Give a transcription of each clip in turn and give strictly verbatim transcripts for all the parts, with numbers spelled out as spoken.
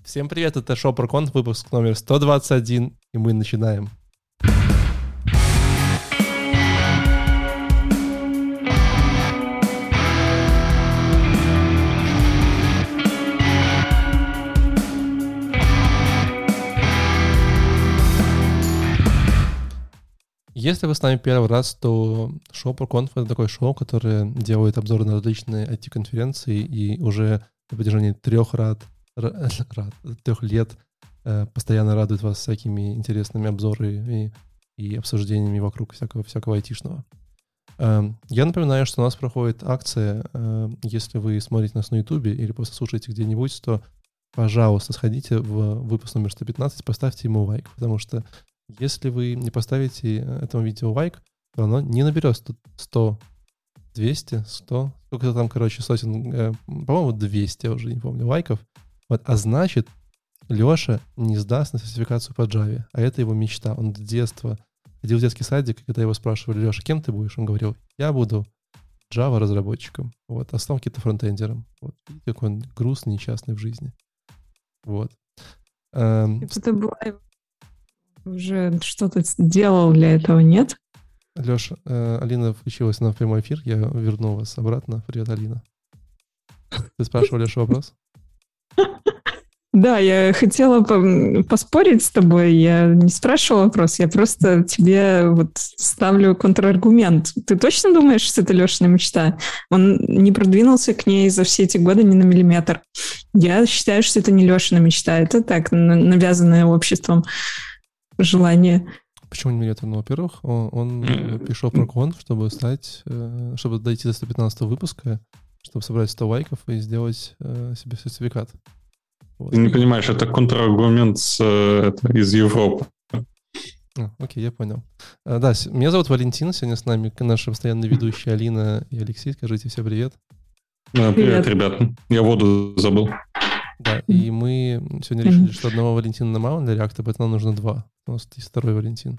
Всем привет, это Шоу про Конф, выпуск номер сто двадцать один, и мы начинаем. Если вы с нами первый раз, то Шоу про Конф — это такое шоу, которое делает обзоры на различные ай ти-конференции и уже на протяжении трех рад Рад, трех лет э, постоянно радует вас всякими интересными обзорами и, и обсуждениями вокруг всякого, всякого айтишного. Э, я напоминаю, что у нас проходит акция. Э, если вы смотрите нас на YouTube или просто слушаете где-нибудь, то, пожалуйста, сходите в выпуск номер сто пятнадцать, поставьте ему лайк, потому что если вы не поставите этому видео лайк, то оно не наберет сто, двести, сто, сколько-то там, короче, сотен, э, по-моему, двести, я уже не помню, лайков. Вот, а значит, Леша не сдаст на сертификацию по Java, а это его мечта. Он с детства ходил в детский садик, и когда его спрашивали: Леша, кем ты будешь? Он говорил: я буду Java-разработчиком, вот, а стал каким-то фронтендером. Вот, видите, какой он грустный, несчастный в жизни. Вот. Эм... Ты была уже что-то делал для этого, нет? Леша, э, Алина включилась на прямой эфир, я верну вас обратно. Привет, Алина. Ты спрашивал, Леша, вопрос? Да, я хотела поспорить с тобой. Я не спрашивала вопрос, я просто тебе вот ставлю контраргумент. Ты точно думаешь, что это Лешина мечта? Он не продвинулся к ней за все эти годы ни на миллиметр. Я считаю, что это не Лешина мечта. Это так, навязанное обществом желание. Почему не миллиметр? Ну, во-первых, он, он пришел про конф, чтобы стать, чтобы дойти до сто пятнадцатого выпуска, чтобы собрать сто лайков и сделать э, себе сертификат. Вот. Ты не понимаешь, это контраргумент с, это, из Европы. А, окей, я понял. А, да, меня зовут Валентин, сегодня с нами наши постоянные ведущие Алина и Алексей. Скажите все привет. Да, привет, привет, ребята. Я воду забыл. Да, и мы сегодня решили, что одного Валентина мало для реакта, поэтому нам нужно два. У нас есть второй Валентин.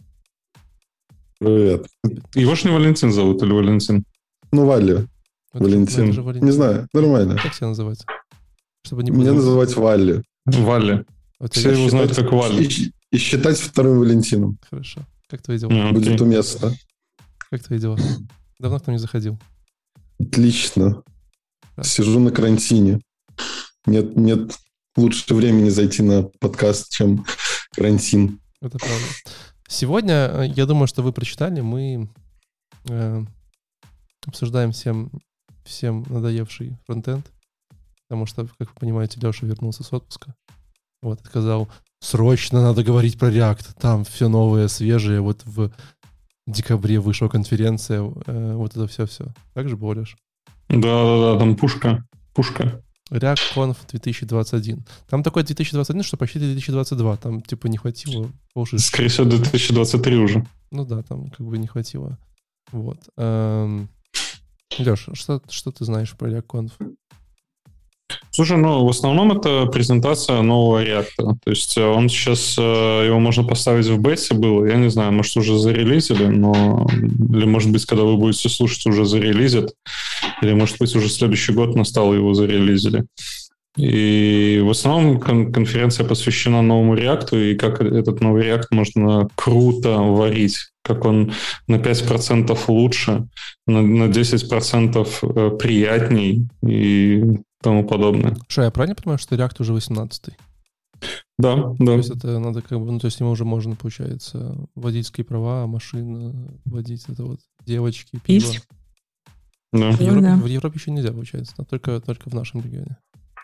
Привет. Его ж не Валентин зовут или Валентин? Ну, Валли. Это Валентин. же Валентин. Не знаю, нормально. Как себя называть? Чтобы не Мне называть Валли. Валли. Вот все его знают как Валли. И, и считать вторым Валентином. Хорошо. Как твои дела? Yeah, Будет okay. уместно. Как твои дела? Давно к нам не заходил? Отлично. Да. Сижу на карантине. Нет, нет лучше времени зайти на подкаст, чем карантин. Это правда. Сегодня, я думаю, что вы прочитали, мы э, обсуждаем всем, всем надоевший фронтенд, потому что, как вы понимаете, Леша вернулся с отпуска. Вот, сказал: срочно надо говорить про React, там все новое, свежее, вот в декабре вышла конференция, э, вот это все-все. Так же было, Леша? Да-да-да, там пушка, пушка. ReactConf две тысячи двадцать один. Там такой две тысячи двадцать один, что почти две тысячи двадцать два. Там типа не хватило. Слушай, скорее всего, две тысячи двадцать три уже. Ну да, там как бы не хватило. Вот. Эм... Леш, что, что ты знаешь про ReactConf? Слушай, ну, в основном это презентация нового React. То есть он сейчас, его можно поставить в бете было. Я не знаю, может, уже зарелизили, но... Или, может быть, когда вы будете слушать, уже зарелизят. Или, может быть, уже следующий год настал, его зарелизили. И в основном кон- конференция посвящена новому React, и как этот новый React можно круто варить. Как он на пять процентов лучше, на, на десять процентов приятней и тому подобное. Что, я правильно понимаю, что React уже восемнадцатый? Да, да. То есть это надо как бы, ну, то есть ему уже можно, получается, водительские права, машина водить, это вот девочки, пиво. Да. В Европе, да. В Европе еще нельзя, получается, но только, только в нашем регионе.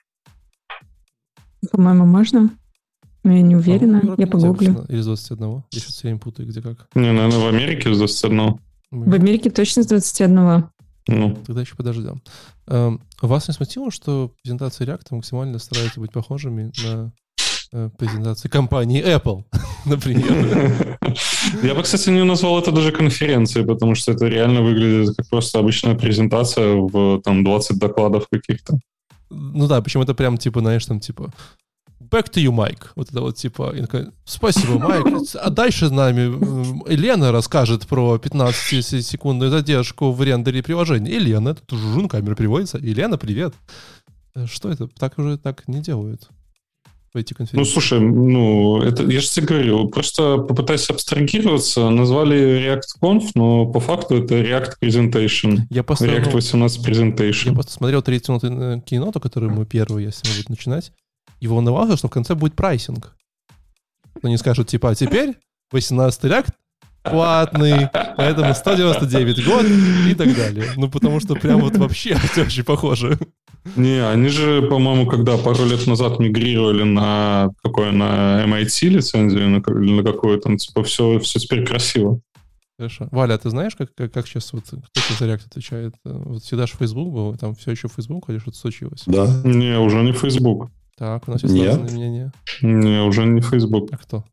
По-моему, можно. Но я не уверена. А, я погуглю. Или с двадцати одного. Я сейчас все время путаю, где как. Не, наверное, в Америке с двадцати одного. В Америке точно с двадцати одного. Ну. Тогда еще подождем. Эм, вас не смутило, что презентации React максимально стараются быть похожими на э, презентации компании Apple, например? Я бы, кстати, не назвал это даже конференцией, потому что это реально выглядит как просто обычная презентация в там двадцать докладов каких-то. Ну да, почему это прям типа, знаешь, там типа back to you, Майк. Вот это вот типа, спасибо, Майк. А дальше с нами Елена расскажет про пятнадцатисекундную задержку в рендере приложения. Елена, это тоже камера переводится. Елена, привет. Что это? Так уже так не делают. в эти Ну, конференции. слушай, ну, это, я же тебе говорю, просто попытайся абстрагироваться, назвали ReactConf, но по факту это React Presentation, Я просто, React ну, восемнадцать Presentation. Я просто смотрел тридцать минут Keynote, который мы первый, если мы будем начинать, и волновался, что в конце будет прайсинг. Они скажут, типа, а теперь восемнадцатый React платный, поэтому сто девяносто девять год и так далее. Ну, потому что прям вот вообще все очень похоже. Не, они же, по-моему, когда пару лет назад мигрировали на какое, на эм ай ти лицензию, на, на какую там, типа, все, все теперь красиво. Хорошо. Валя, а ты знаешь, как, как, как сейчас вот кто за React отвечает? Вот всегда же Facebook был, там все еще Facebook, или что-то случилось? Да. Не, уже не Facebook. Так, у нас есть Нет. разные мнения. Не, уже не Facebook. А кто?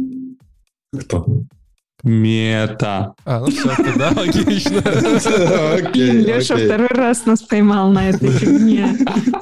Кто? Мета. А, ну все, тогда логично. Окей, Леша окей. второй раз нас поймал на этой фигне.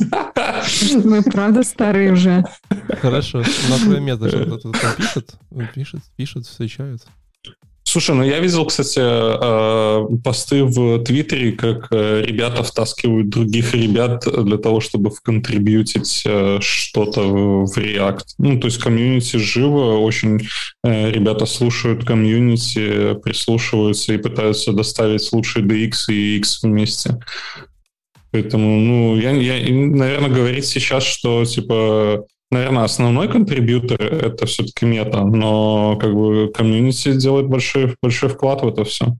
Мы правда старые уже. Хорошо. Ну, а твоя мета же кто-то там пишет? Пишет, пишет, встречает. Слушай, ну я видел, кстати, э, посты в Твиттере, как э, ребята втаскивают других ребят для того, чтобы вконтрибьютить э, что-то в, в React. Ну, то есть комьюнити живо, очень э, ребята слушают комьюнити, прислушиваются и пытаются доставить лучшие ди экс и X вместе. Поэтому, ну, я, я, наверное, говорить сейчас, что, типа, наверное, основной контрибьютор — это все-таки мета, но как бы комьюнити делает большой, большой вклад в это все.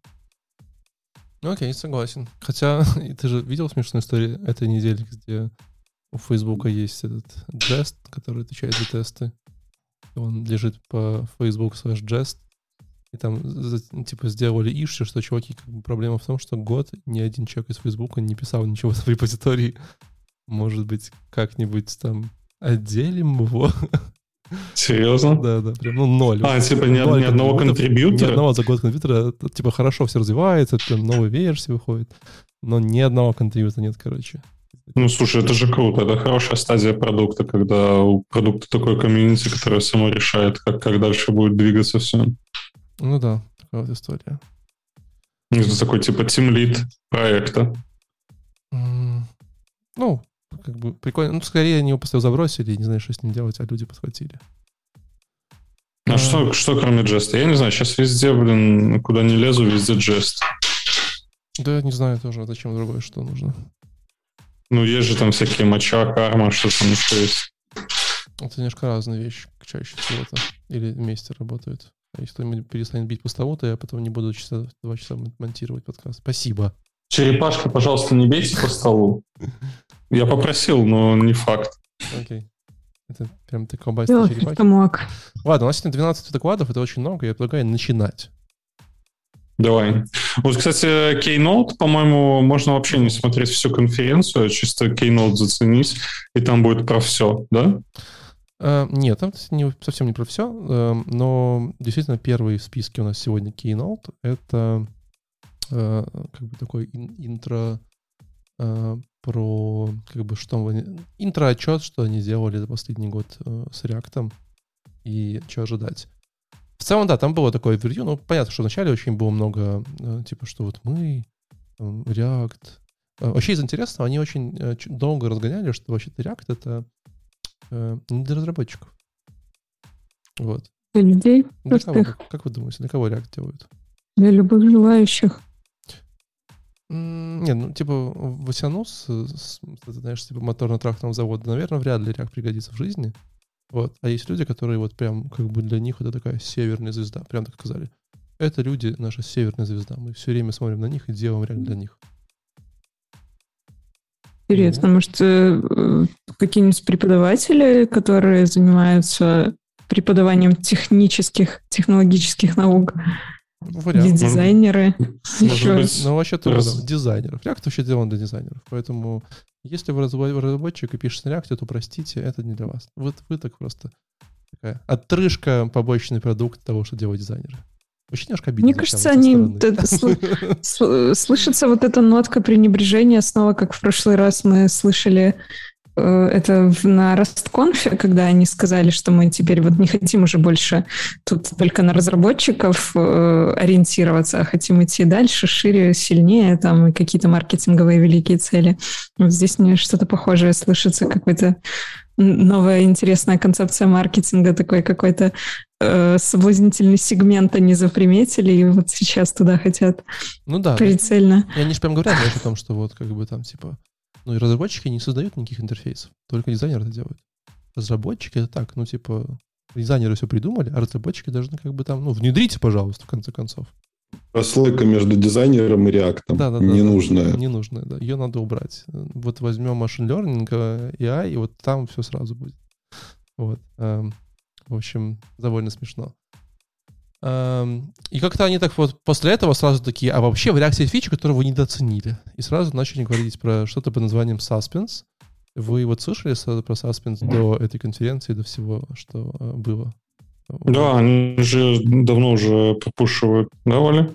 Ну окей, согласен. Хотя ты же видел смешную историю этой недели, где у Фейсбука есть этот Jest, который отвечает за тесты. Он лежит по Facebook slash Jest. И там типа сделали issue, что, чуваки, как бы проблема в том, что год ни один человек из Фейсбука не писал ничего в репозитории. Может быть, как-нибудь там отделим его. Серьезно? Да, да, прям, ну, ноль. А, типа ни, Ноль ни одного контрибьютора? Ни одного за год контрибьютора. Типа хорошо все развивается, там новые версии выходят, но ни одного контрибьютора нет, короче. Ну, слушай, это же круто. Это хорошая стадия продукта, когда у продукта такой комьюнити, которое само решает, как, как дальше будет двигаться все. Ну да, такая вот история. Это такой типа тимлид проекта. Mm, ну, как бы прикольно. Ну, скорее они его просто забросили и не знаю, что с ним делать, а люди подхватили. А, а что, что кроме Jest? Я не знаю, сейчас везде, блин, куда не лезу, везде Jest. Да, не знаю тоже, зачем другое, что нужно. Ну, есть же там всякие моча, карма, что там еще есть. Это немножко разные вещи, чаще всего-то. Или вместе работают. А если кто-нибудь перестанет бить по столу, то я потом не буду часа, два часа монтировать подкаст. Спасибо. Черепашки, пожалуйста, не бейте по столу. Я попросил, но не факт. Окей. Это прям ты колбасный черепахи. Ладно, у нас сегодня двенадцать докладов, это очень много, я предлагаю начинать. Давай. Вот, кстати, Keynote, по-моему, можно вообще не смотреть всю конференцию, а чисто Keynote заценить, и там будет про все, да? Uh, нет, там не, совсем не про все, uh, но действительно первый в списке у нас сегодня Keynote. Это uh, как бы такой ин- интро uh, про как бы что интро-отчет, что они делали за последний год uh, с React и что ожидать. В целом, да, там было такое овервью, ну, понятно, что вначале очень было много, uh, типа, что вот мы, um, React. Uh, вообще из интересного, они очень uh, долго разгоняли, что вообще-то React — это не для разработчиков. Вот. Для людей для кого, простых. как, как вы думаете, для кого React делают? Для любых желающих. Mm, нет, ну, типа, Васянус, ты знаешь, типа, моторно-тракторного завода, наверное, вряд ли React пригодится в жизни. Вот. А есть люди, которые вот прям, как бы для них это такая северная звезда. Прям так сказали. Это люди, наша северная звезда. Мы все время смотрим на них и делаем React для них. Интересно, mm-hmm. может, э, какие-нибудь преподаватели, которые занимаются преподаванием технических, технологических наук, Вариант. дизайнеры. Может быть, ну, вообще-то раз... дизайнеров. React вообще сделан для дизайнеров. Поэтому, если вы разработчик и пишете на React, то простите, это не для вас. Вот вы так просто такая отрыжка, побочный продукт того, что делают дизайнеры. Очень немножко обидно. Мне кажется, они слышится вот эта нотка пренебрежения снова, как в прошлый раз мы слышали э, это на RustConf, когда они сказали, что мы теперь вот не хотим уже больше тут только на разработчиков э, ориентироваться, а хотим идти дальше, шире, сильнее, там и какие-то маркетинговые великие цели. Вот здесь мне что-то похожее слышится, какой-то новая интересная концепция маркетинга, такой какой-то э, соблазнительный сегмент они заприметили, и вот сейчас туда хотят ну, да, прицельно. И они же прям говорят, знаешь, о том, что вот как бы там типа... Ну и разработчики не создают никаких интерфейсов, только дизайнеры это делают. Разработчики это так, ну типа... Дизайнеры все придумали, а разработчики должны как бы там... Ну, внедрите, пожалуйста, в конце концов. Прослойка между дизайнером и реактом. Да, да, ненужная. Да, ненужная, да. Ее надо убрать. Вот возьмем machine learning, эй ай, и вот там все сразу будет. Вот. Эм, в общем, довольно смешно. Эм, и как-то они так вот после этого сразу такие, а вообще в React есть фичи, которые вы недооценили. И сразу начали говорить про что-то под названием Suspense. Вы вот слышали про Suspense до этой конференции, до всего, что э, было? Да, они же давно уже пропушивают, да, Валя?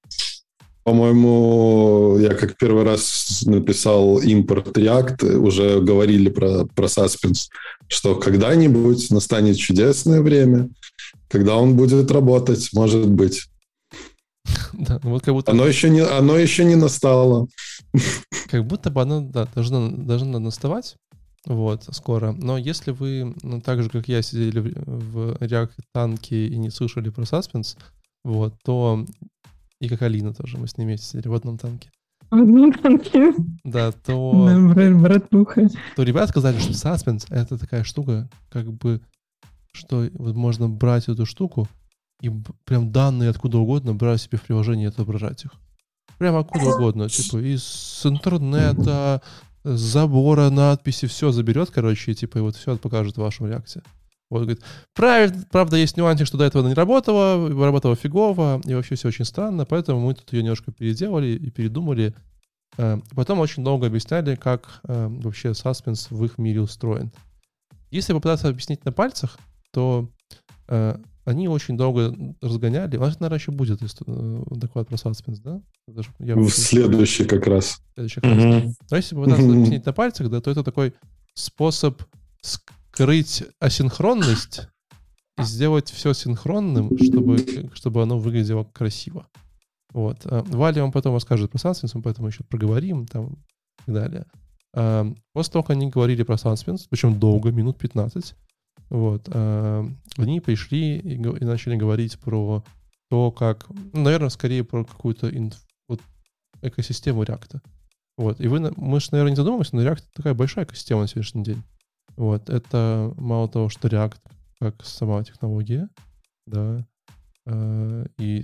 По-моему, я как первый раз написал импорт React, уже говорили про, про Suspense, что когда-нибудь настанет чудесное время, когда он будет работать, может быть. Да, вот как будто... Оно еще не, оно еще не настало. Как будто бы оно, да, должно, должно наставать. Вот, скоро. Но если вы, ну, так же, как я, сидели в React-танке и не слышали про Suspense, вот, то... И как Алина тоже, мы с ней вместе сидели в одном танке. В одном танке? Да, то... Да, братуха. То ребята сказали, что Suspense — это такая штука, как бы, что вот можно брать эту штуку и прям данные откуда угодно брать себе в приложение и отображать их. Прям откуда угодно. Типа из интернета, с забора, надписи, все заберет, короче, и типа и вот все покажет в вашем реакте. Вот, говорит, правильно, правда, есть нюансы, что до этого она не работала, работала фигово, и вообще все очень странно, поэтому мы тут ее немножко переделали и передумали. Потом очень долго объясняли, как вообще Suspense в их мире устроен. Если попытаться объяснить на пальцах, то они очень долго разгоняли. У нас, наверное, еще будет доклад про Suspense, да? Я в следующий как раз. Следующий как mm-hmm. раз. Но если попытаться mm-hmm. объяснить на пальцах, да, то это такой способ скрыть асинхронность и сделать все синхронным, чтобы, чтобы оно выглядело красиво. Вот. Валя вам потом расскажет про Suspense, мы поэтому еще проговорим там, и так далее. После того, как они говорили про Suspense, причем долго, минут пятнадцать, вот, они пришли и, и начали говорить про то, как, ну, наверное, скорее про какую-то инф, вот, экосистему React. Вот. И вы, мы же, наверное, не задумываемся, но React такая большая экосистема на сегодняшний день. Вот. Это мало того, что React как сама технология, да, и,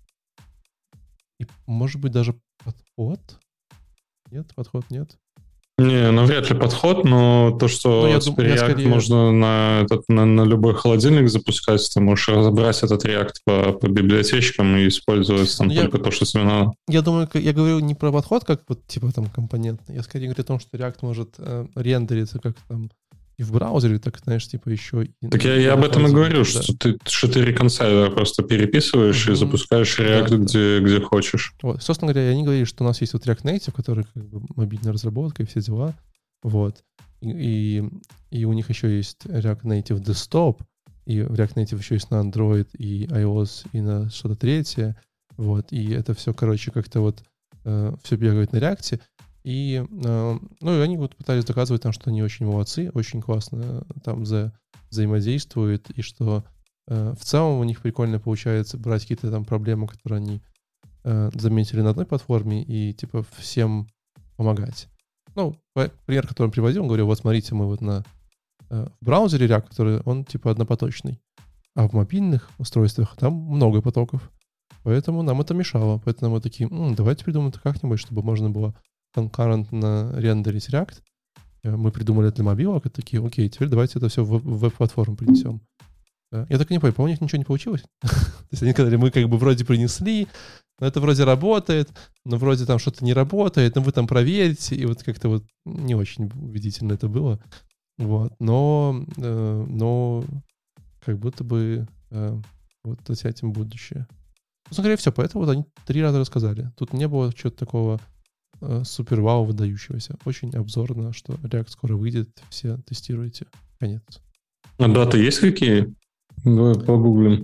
и может быть даже подход. Нет, подход нет. Не, ну вряд ли подход, но то, что ну, теперь React скорее... можно на, этот, на, на любой холодильник запускать, ты можешь разобрать этот React по, по библиотечкам и использовать там я, только то, что тебе надо. Я думаю, я говорю не про подход, как вот типа там компонентный, я скорее говорю о том, что React может э, рендериться как там и в браузере, так, знаешь, типа еще... И так я, я об этом и говорю, да. что, ты, что ты реконсайлер просто переписываешь mm-hmm. и запускаешь React, да, где, да. где хочешь. Вот. Собственно говоря, они говорили, что у нас есть вот React Native, который как бы мобильная разработка и все дела. Вот. И, и, и у них еще есть React Native Desktop, и React Native еще есть на Android и iOS, и на что-то третье. Вот. И это все, короче, как-то вот э, все бегает на React. И, э, ну, и они вот пытались доказывать там, что они очень молодцы, очень классно там вза- взаимодействуют, и что э, в целом у них прикольно получается брать какие-то там проблемы, которые они э, заметили на одной платформе, и типа всем помогать. Ну, пример, который он приводил, он говорил, вот смотрите, мы вот на э, в браузере React, который, он типа однопоточный, а в мобильных устройствах там много потоков. Поэтому нам это мешало. Поэтому мы такие, м-м, давайте придумаем это как-нибудь, чтобы можно было конкурентно рендерить React. Мы придумали это для мобилок, и такие, окей, теперь давайте это все в веб-платформу принесем. Я так и не понял, по-моему, у них ничего не получилось. То есть они сказали, мы как бы вроде принесли, но это вроде работает, но вроде там что-то не работает, но вы там проверите, и вот как-то вот не очень убедительно это было. Вот, но, но как будто бы вот с этим будущее. Ну, скорее всего, поэтому вот они три раза рассказали. Тут не было чего-то такого супер вау выдающегося. Очень обзорно, что React скоро выйдет, все тестируйте. Конец. А даты есть какие? Давай погуглим.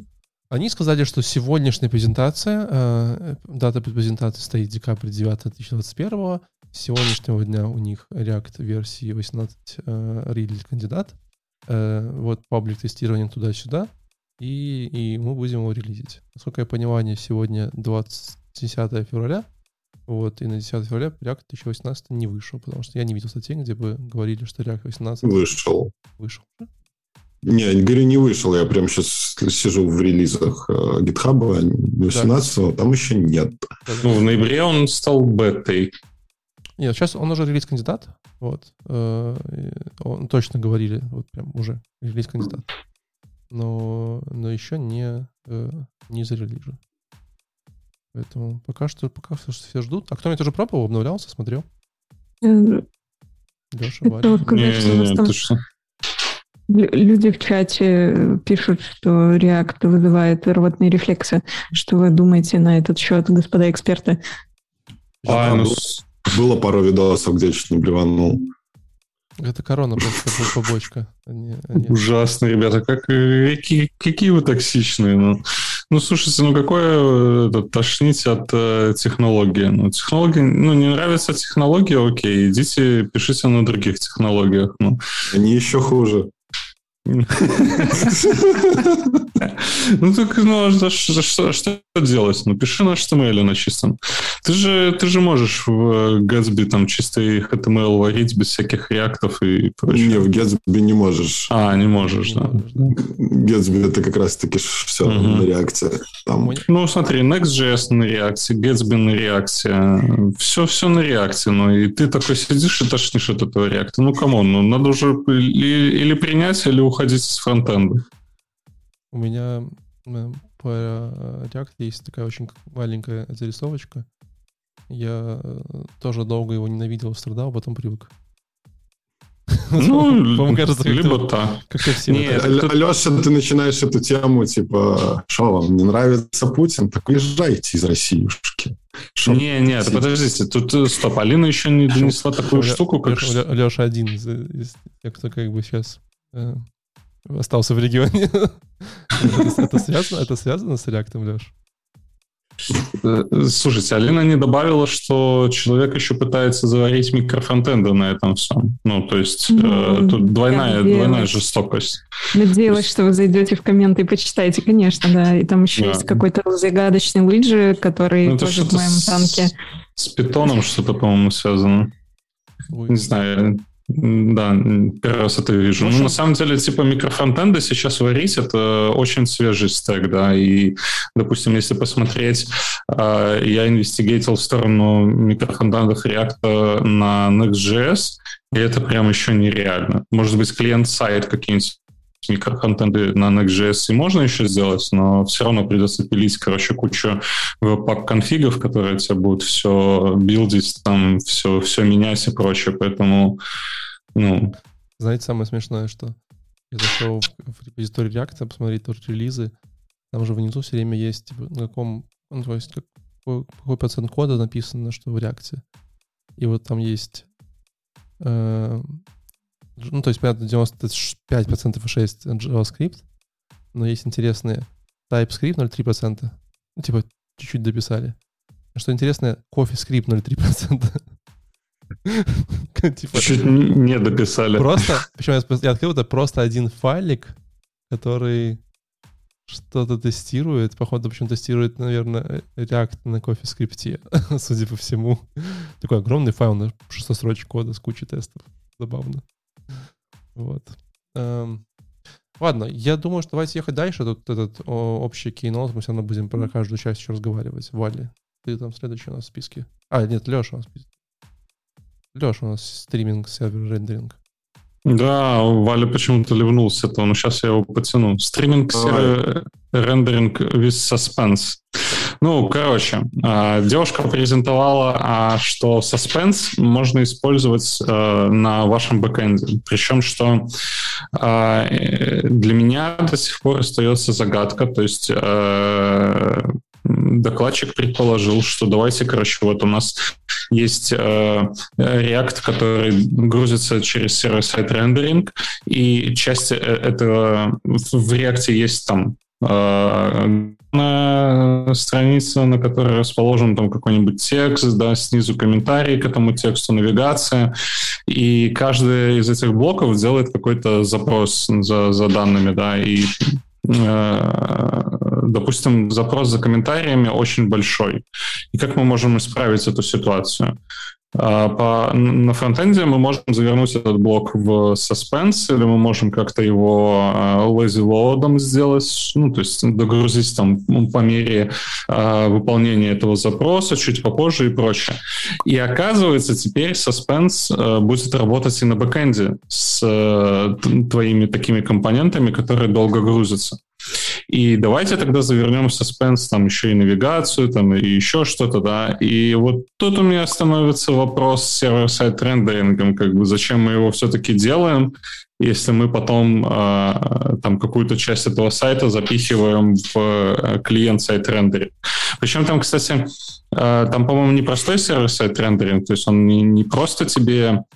Они сказали, что сегодняшняя презентация, э, дата презентации стоит декабрь девятого две тысячи двадцать первого. С сегодняшнего дня у них React версии восемнадцать э, релиз кандидат. Э, вот паблик тестирование туда-сюда. И, и мы будем его релизить. Насколько я понимаю, сегодня двадцать десятое февраля. Вот, и на десятое февраля React две тысячи восемнадцать не вышел, потому что я не видел статей, где бы говорили, что React восемнадцать вышел. Вышел. Не, я говорю, не вышел. Я прям сейчас сижу в релизах GitHub восемнадцатого, да. Там еще нет. Ну, в ноябре он стал бетой. Нет, сейчас он уже релиз-кандидат. Вот. Он точно говорили, вот прям уже релиз-кандидат. Но, но еще не, не зарелижен. Поэтому пока что пока все ждут. А кто-нибудь уже пробовал, обновлялся, смотрел? Леша, Валя? Не-не-не, ты что? Люди в чате пишут, что React вызывает рвотные рефлексы. Что вы думаете на этот счет, господа эксперты? А, ну, было пару видосов, где чуть не блеванул. Это корона, просто побочка. Они, они... Ужасно, ребята. Как, какие, какие вы токсичные. Ну, ну слушайте, ну какое это, тошнить от э, технологии? Ну, технологии, ну, не нравится технология, окей, идите, пишите на других технологиях. Ну. Они еще хуже. Ну, так, ну, что, что делать? Ну, пиши на эйч ти эм эль на чистом. Ты же, ты же можешь в Gatsby там чистый эйч ти эм эл варить без всяких реактов и прочего. Не, в Gatsby не можешь. А, не можешь, не да. Можешь, да. Gatsby это как раз-таки все угу. на реакции. Там. Ну, смотри, Next.js на реакции, Gatsby на реакции. Все, все на реакции. Ну, и ты такой сидишь и тошнишь от этого реакта. Ну, камон, ну, надо уже или, или принять, или уходить с фронтенда. У меня по React есть такая очень маленькая зарисовочка. Я тоже долго его ненавидел, страдал, потом привык. Ну, кажется, либо так. Леша, ты начинаешь эту тему, типа, что вам, не нравится Путин? Так уезжайте из Россиюшки. Не, нет, подождите, тут, стоп, Алина еще не донесла такую штуку, как... Леша один из тех, кто как бы сейчас остался в регионе. Это связано, это связано с React, Леш? Слушайте, Алина не добавила, что человек еще пытается заварить микрофронтенды на этом всем. Ну, то есть ну, э, тут двойная, двойная жестокость. Надеялась, есть... что вы зайдете в комменты и почитаете, конечно, да. И там еще да. есть какой-то загадочный лыджи, который ну, тоже в моем с... танке. С питоном что-то, по-моему, связано. Ой. Не знаю... Да, первый раз это вижу. Ну, на самом деле, типа, микрофронтенды сейчас варить — это очень свежий стэк, да, и, допустим, если посмотреть, я инвестигейтил в сторону микрофронтендов React на Next.js, и это прям еще нереально. Может быть, клиент-сайт какие-нибудь микрофронтенды на Next.js и можно еще сделать, но все равно придется пилить, короче, кучу веб-пак-конфигов, которые тебе будут все билдить, там, все, все менять и прочее, поэтому, ну... Знаете, самое смешное, что я зашел в репозиторий React, посмотреть тоже релизы, там же внизу все время есть, типа, на каком, ну, то есть, какой, какой процент кода написано, что в React. И вот там есть... Э- Ну, то есть, понятно, девяносто пять процентов и шесть процентов JavaScript, но есть интересные TypeScript ноль целых три сотых процента. Ну, типа, чуть-чуть дописали. А что интересное, CoffeeScript ноль целых три сотых процента. Чуть не дописали. Просто, причем я открыл, это просто один файлик, который что-то тестирует. Походу, причем тестирует, наверное, React на CoffeeScript, судя по всему. Такой огромный файл на шестьсот строчек кода с кучей тестов. Забавно. Вот. Эм, ладно, я думаю, что давайте ехать дальше. Тут этот о, общий кейнот, мы все равно будем про каждую часть еще разговаривать. Вали, ты там следующий у нас в списке. А, нет, Леша у нас в списке. Леша у нас стриминг, сервер, рендеринг. Да, Валя почему-то ливнулся, то, но сейчас я его потяну. Стриминг, сервер, рендеринг with suspense. Ну, короче, девушка презентовала, что Suspense можно использовать на вашем бэкэнде. Причем, что для меня до сих пор остается загадка. То есть докладчик предположил, что давайте, короче, вот у нас есть React, который грузится через сервер-сайд рендеринг, и часть этого в React есть там на странице, на которой расположен там какой-нибудь текст, да, снизу комментарий к этому тексту, навигация, и каждый из этих блоков делает какой-то запрос за, за данными, да, и допустим, запрос за комментариями очень большой. И как мы можем исправить эту ситуацию? По, на фронтенде мы можем завернуть этот блок в suspense, или мы можем как-то его lazy load'ом сделать, ну, то есть догрузить там по мере uh, выполнения этого запроса, чуть попозже и прочее. И оказывается, теперь suspense uh, будет работать и на бэкэнде с uh, твоими такими компонентами, которые долго грузятся. И давайте тогда завернем в suspense там еще и навигацию, там и еще что-то, да. И вот тут у меня становится вопрос с сервер-сайд рендерингом, как бы зачем мы его все-таки делаем, если мы потом э, там какую-то часть этого сайта запихиваем в клиент-сайт рендеринг. Причем там, кстати, э, там, по-моему, не простой сервер-сайд рендеринг, то есть он не, не просто тебе...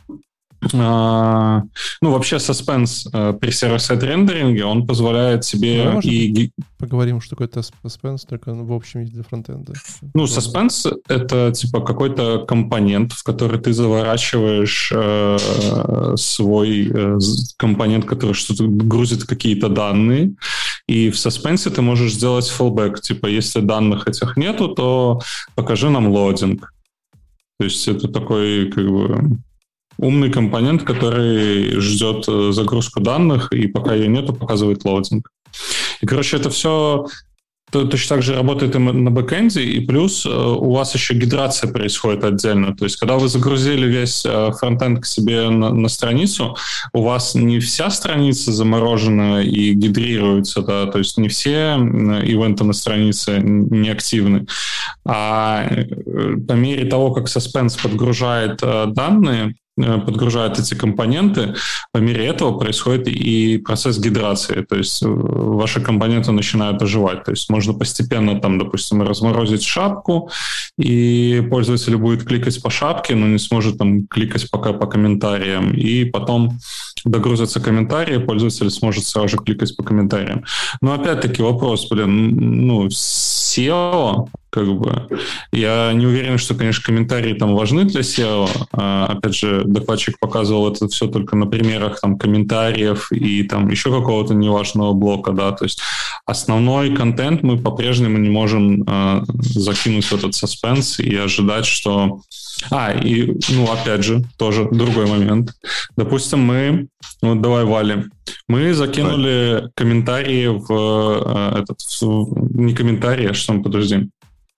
Uh, ну, вообще, suspense uh, при сервер-сайд рендеринге, он позволяет себе... Ну, и... Поговорим, что такое suspense, только в общем виде для фронтенда. Ну, suspense — это типа какой-то компонент, в который ты заворачиваешь uh, свой uh, компонент, который что-то грузит какие-то данные, и в suspense ты можешь сделать fallback. Типа, если данных этих нету, то покажи нам лодинг. То есть это такой, как бы... умный компонент, который ждет загрузку данных, и пока ее нету, показывает лоудинг. И, короче, это все точно так же работает и на бэкэнде, и плюс у вас еще гидрация происходит отдельно. То есть, когда вы загрузили весь фронтенд к себе на, на страницу, у вас не вся страница заморожена и гидрируется, да, то есть не все ивенты на странице не активны. А по мере того, как Suspense подгружает данные, подгружают эти компоненты, по мере этого происходит и процесс гидрации, то есть ваши компоненты начинают оживать, то есть можно постепенно там, допустим, разморозить шапку, и пользователь будет кликать по шапке, но не сможет там кликать пока по комментариям, и потом догрузятся комментарии, пользователь сможет сразу же кликать по комментариям. Но опять-таки вопрос, блин, ну, сео, как бы, я не уверен, что, конечно, комментарии там важны для сео. А, опять же, докладчик показывал это все только на примерах там комментариев и там еще какого-то неважного блока, да, то есть основной контент мы по-прежнему не можем а, закинуть в этот suspense и ожидать, что... А, и, ну, опять же, тоже другой момент. Допустим, мы... Вот давай, Валя. Мы закинули да. комментарии в э, этот... В, не комментарии, а что там, подожди.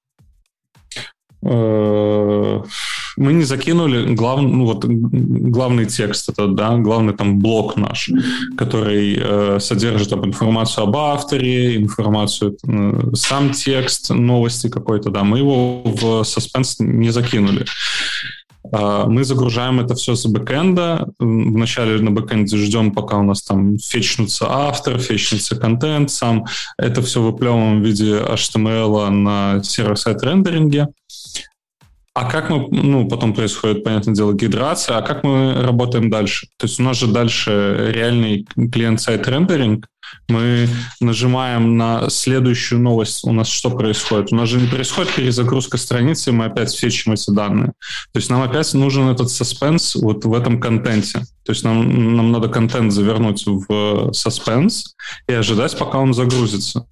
Э, мы не закинули глав, ну, вот, главный текст, этот, да, главный там блок наш, который э, содержит там, информацию об авторе, информацию, э, сам текст, новости какой-то, да, мы его в suspense не закинули. Э, мы загружаем это все с бэкэнда. Вначале на бэкэнде ждем, пока у нас там фетчнутся автор, фетчнется контент, сам это все выплевываем в виде эйч ти эм эл на сервер-сайд рендеринге. А как мы, ну, потом происходит, понятное дело, гидрация, а как мы работаем дальше? То есть у нас же дальше реальный клиент-сайт рендеринг, мы нажимаем на следующую новость, у нас что происходит? У нас же не происходит перезагрузка страницы, мы опять фетчим эти данные. То есть нам опять нужен этот suspense вот в этом контенте. То есть нам, нам надо контент завернуть в suspense и ожидать, пока он загрузится.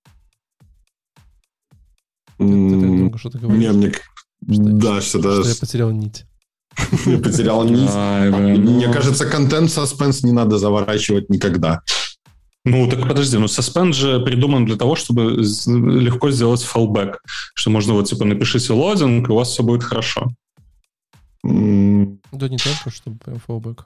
Mm, что ты говоришь? Не, мне... Что, да, что, что, что я потерял нить. Я потерял нить. Мне кажется, контент suspense не надо заворачивать никогда. Ну, так подожди, ну suspense же придуман для того, чтобы легко сделать fallback, что можно вот типа напишите лодинг, и у вас все будет хорошо. Mm. Да не только, чтобы fallback.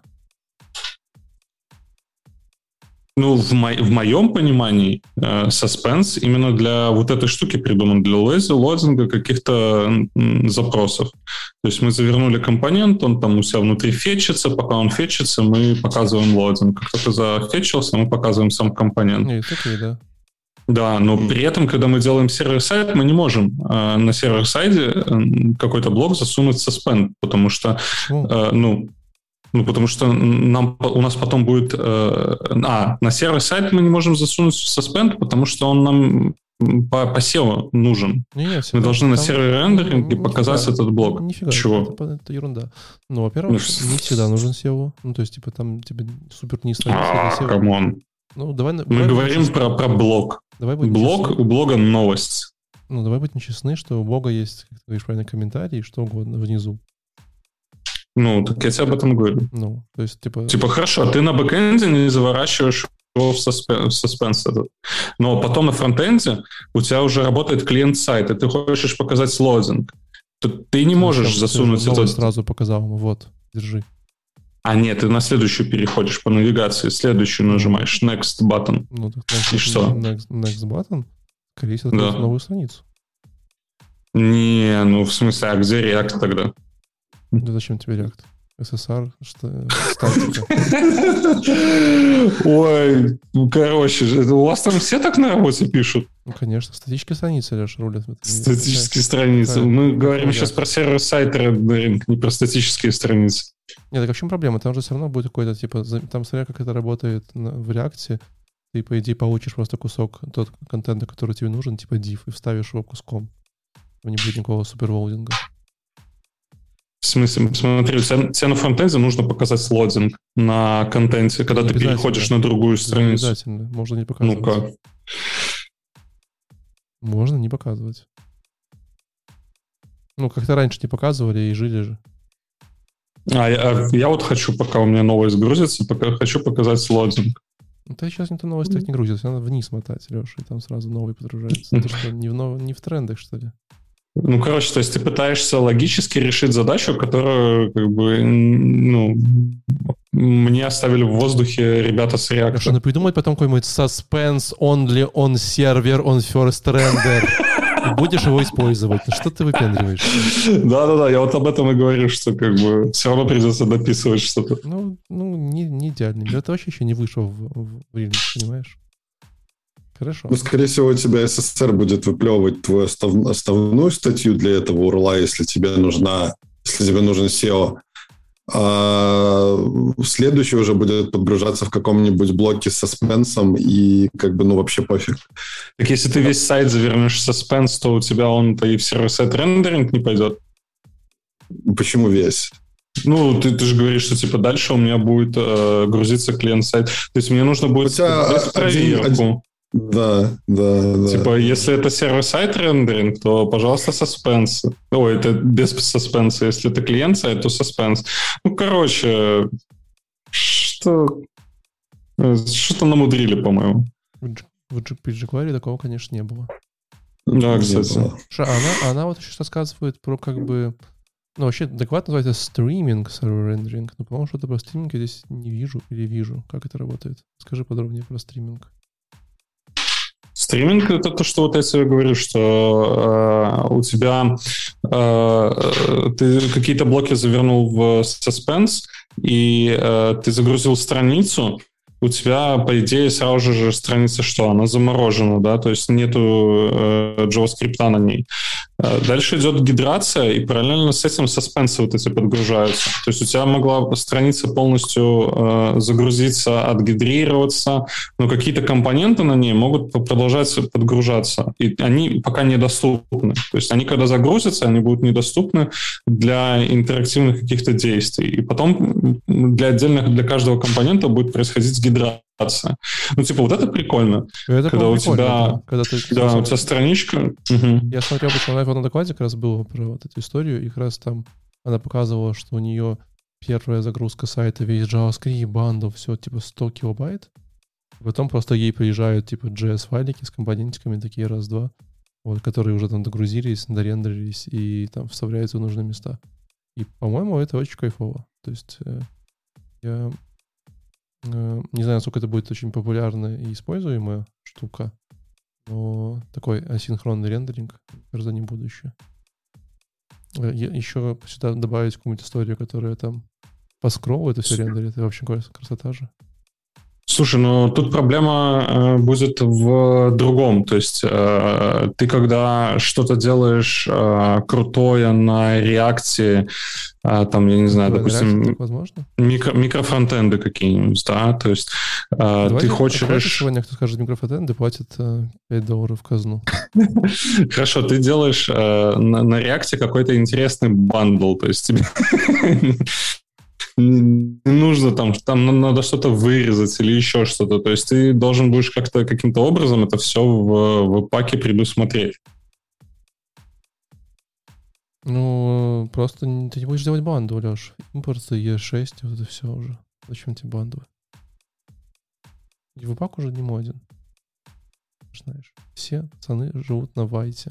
Ну, в, мо- в моем понимании э, suspense именно для вот этой штуки придуман, для lazy лодинга каких-то м, запросов. То есть мы завернули компонент, он там у себя внутри фетчится, пока он фетчится, мы показываем лодинг. Как только зафетчился, мы показываем сам компонент. Нет, окей, да. Да, но при этом, когда мы делаем сервер-сайд, мы не можем э, на сервер-сайде э, какой-то блок засунуть suspend, потому что, э, ну, Ну, потому что нам, у нас потом будет... Э, а, на сервер-сайт мы не можем засунуть Suspend, потому что он нам по, по сео нужен. Не, не, мы должны на сервере рендеринге ну, показать нифига, этот блок. Нифига, Чего? Это, это ерунда. Ну, во-первых, ну, не всегда нужен сео. Ну, то есть, типа, там тебе супер не страница для сео. Камон. Ну, давай, мы давай говорим про, про блог. Давай будем блог, честны. У блога новость. Ну, давай будем честны, что у блога есть, как ты говоришь, правильно, комментарии, что угодно внизу. Ну, так я тебе об этом говорю. Ну, то есть, типа... Типа, хорошо, ты на бэкэнде не заворачиваешь его в саспенс этот. Но потом на фронтенде у тебя уже работает клиент-сайт, и ты хочешь показать лодинг. То ты не можешь ты засунуть ты это... сразу показал ему, вот, держи. А нет, ты на следующую переходишь по навигации, следующую нажимаешь, next button. Ну, так, и next, что? Next, next button, скорее всего, откроет Да. новую страницу. Не, ну в смысле, а где React тогда? Да зачем тебе React? эс эс ар, что статика. Ой, ну короче, у вас там все так на работе пишут? Ну, конечно, статические страницы, Леш, рулят. в этом мире. Статические страницы. какая- Мы какая говорим React? сейчас про сервер-сайт рендеринг, не про статические страницы. Нет, так а в чем проблема? Там же все равно будет какой-то, типа, за- там смотря как это работает на- в React, ты, по идее, получишь просто кусок тот контента, который тебе нужен, типа div, и вставишь его куском. Там не будет никакого суперволдинга. В смысле, смотри, тебе, тебе на фронтенде нужно показать лодинг на контенте, когда Не ты обязательно. переходишь на другую Не страницу. обязательно, можно не показывать. Ну-ка. Можно не показывать. Ну, как-то раньше не показывали и жили же. А я, а я вот хочу, пока у меня новость грузится, пока хочу показать лодинг. Ну, ты сейчас не то новость так не грузится, надо вниз мотать, Леша, и там сразу новый подгружается. Ты что, не в, нов... не в трендах, что ли? Ну, короче, то есть ты пытаешься логически решить задачу, которую, как бы, ну, мне оставили в воздухе ребята с React. Леша, ну придумать потом какой-нибудь suspense only on server on first render. И будешь его использовать. Ну что ты выпендриваешь? Да-да-да, я вот об этом и говорю, что как бы все равно придется дописывать что-то. Ну, ну не, не идеально. Это вообще еще не вышло в, в, в релиз, понимаешь? Хорошо. Ну, скорее всего, у тебя эс эс эс ар будет выплевывать твою остав- основную статью для этого урла, если тебе нужна, если тебе нужен сео. А следующий уже будет подгружаться в каком-нибудь блоке с саспенсом, и как бы, ну, вообще пофиг. Так если ты весь сайт завернешь в suspense, то у тебя он-то и в сервер-сайт рендеринг не пойдет. Почему весь? Ну, ты, ты же говоришь, что типа дальше у меня будет э, грузиться клиент-сайт. То есть мне нужно будет У тебя сделать один- проверку. один- Да, да, да. Типа, если это сервер-сайт рендеринг, то, пожалуйста, саспенс. Ой, это без саспенса. Если это клиент-сайт, то саспенс. Ну, короче, что... Что-то намудрили, по-моему. В, Дж- в Дж- при jQuery такого, конечно, не было. Да, Не кстати. было. Ша, она, она вот еще рассказывает про как бы... Ну, вообще, доклад называется стриминг сервер рендеринг. Но, по-моему, что-то про стриминг я здесь не вижу или вижу. Как это работает? Скажи подробнее про стриминг. Стриминг — это то, что вот я тебе говорю, что э, у тебя э, ты какие-то блоки завернул в suspense, и э, ты загрузил страницу, у тебя, по идее, сразу же страница что? Она заморожена, да, то есть нету э, JavaScript на ней. Э, дальше идет гидрация, и параллельно с этим саспенсы вот эти подгружаются. То есть у тебя могла страница полностью э, загрузиться, отгидрироваться, но какие-то компоненты на ней могут продолжать подгружаться, и они пока недоступны. То есть они, когда загрузятся, они будут недоступны для интерактивных каких-то действий. И потом для отдельных, для каждого компонента будет происходить гидрация. Ну, типа, вот это прикольно. Это, Когда у прикольно, тебя, да. Когда ты, да, у тебя страничка... Угу. Я смотрел, почему на докладе как раз было про вот эту историю, и как раз там она показывала, что у нее первая загрузка сайта, весь JavaScript, бандл, все типа сто килобайт. Потом просто ей приезжают типа джей эс-файлики с компонентиками, такие раз-два, вот, которые уже там догрузились, дорендерились и там вставляются в нужные места. И, по-моему, это очень кайфово. То есть э, я э, не знаю, насколько это будет очень популярная и используемая штука, но такой асинхронный рендеринг, кажется, не будущее. Э, я еще сюда добавить какую-нибудь историю, которая там по скроллу это все рендерит, это вообще красота же. Слушай, ну тут проблема э, будет в другом. То есть э, ты когда что-то делаешь э, крутое на реакции, э, там, я не знаю, Крутое допустим, React, возможно? Микро, микрофронтенды какие-нибудь, да, то есть э, Давайте, ты хочешь... давайте сегодня, кто скажет микрофронтенды, платит э, пять долларов в казну. Хорошо, ты делаешь э, на, на реакте какой-то интересный бандл, то есть тебе... Не нужно там, там надо что-то вырезать или еще что-то. То есть ты должен будешь как-то каким-то образом это все в, в паке предусмотреть. Ну, просто ты не будешь делать банду, Леш. Импорт и шесть, вот это все уже. Зачем тебе банду? Веб-пак уже не моден. Знаешь, все пацаны живут на вайте.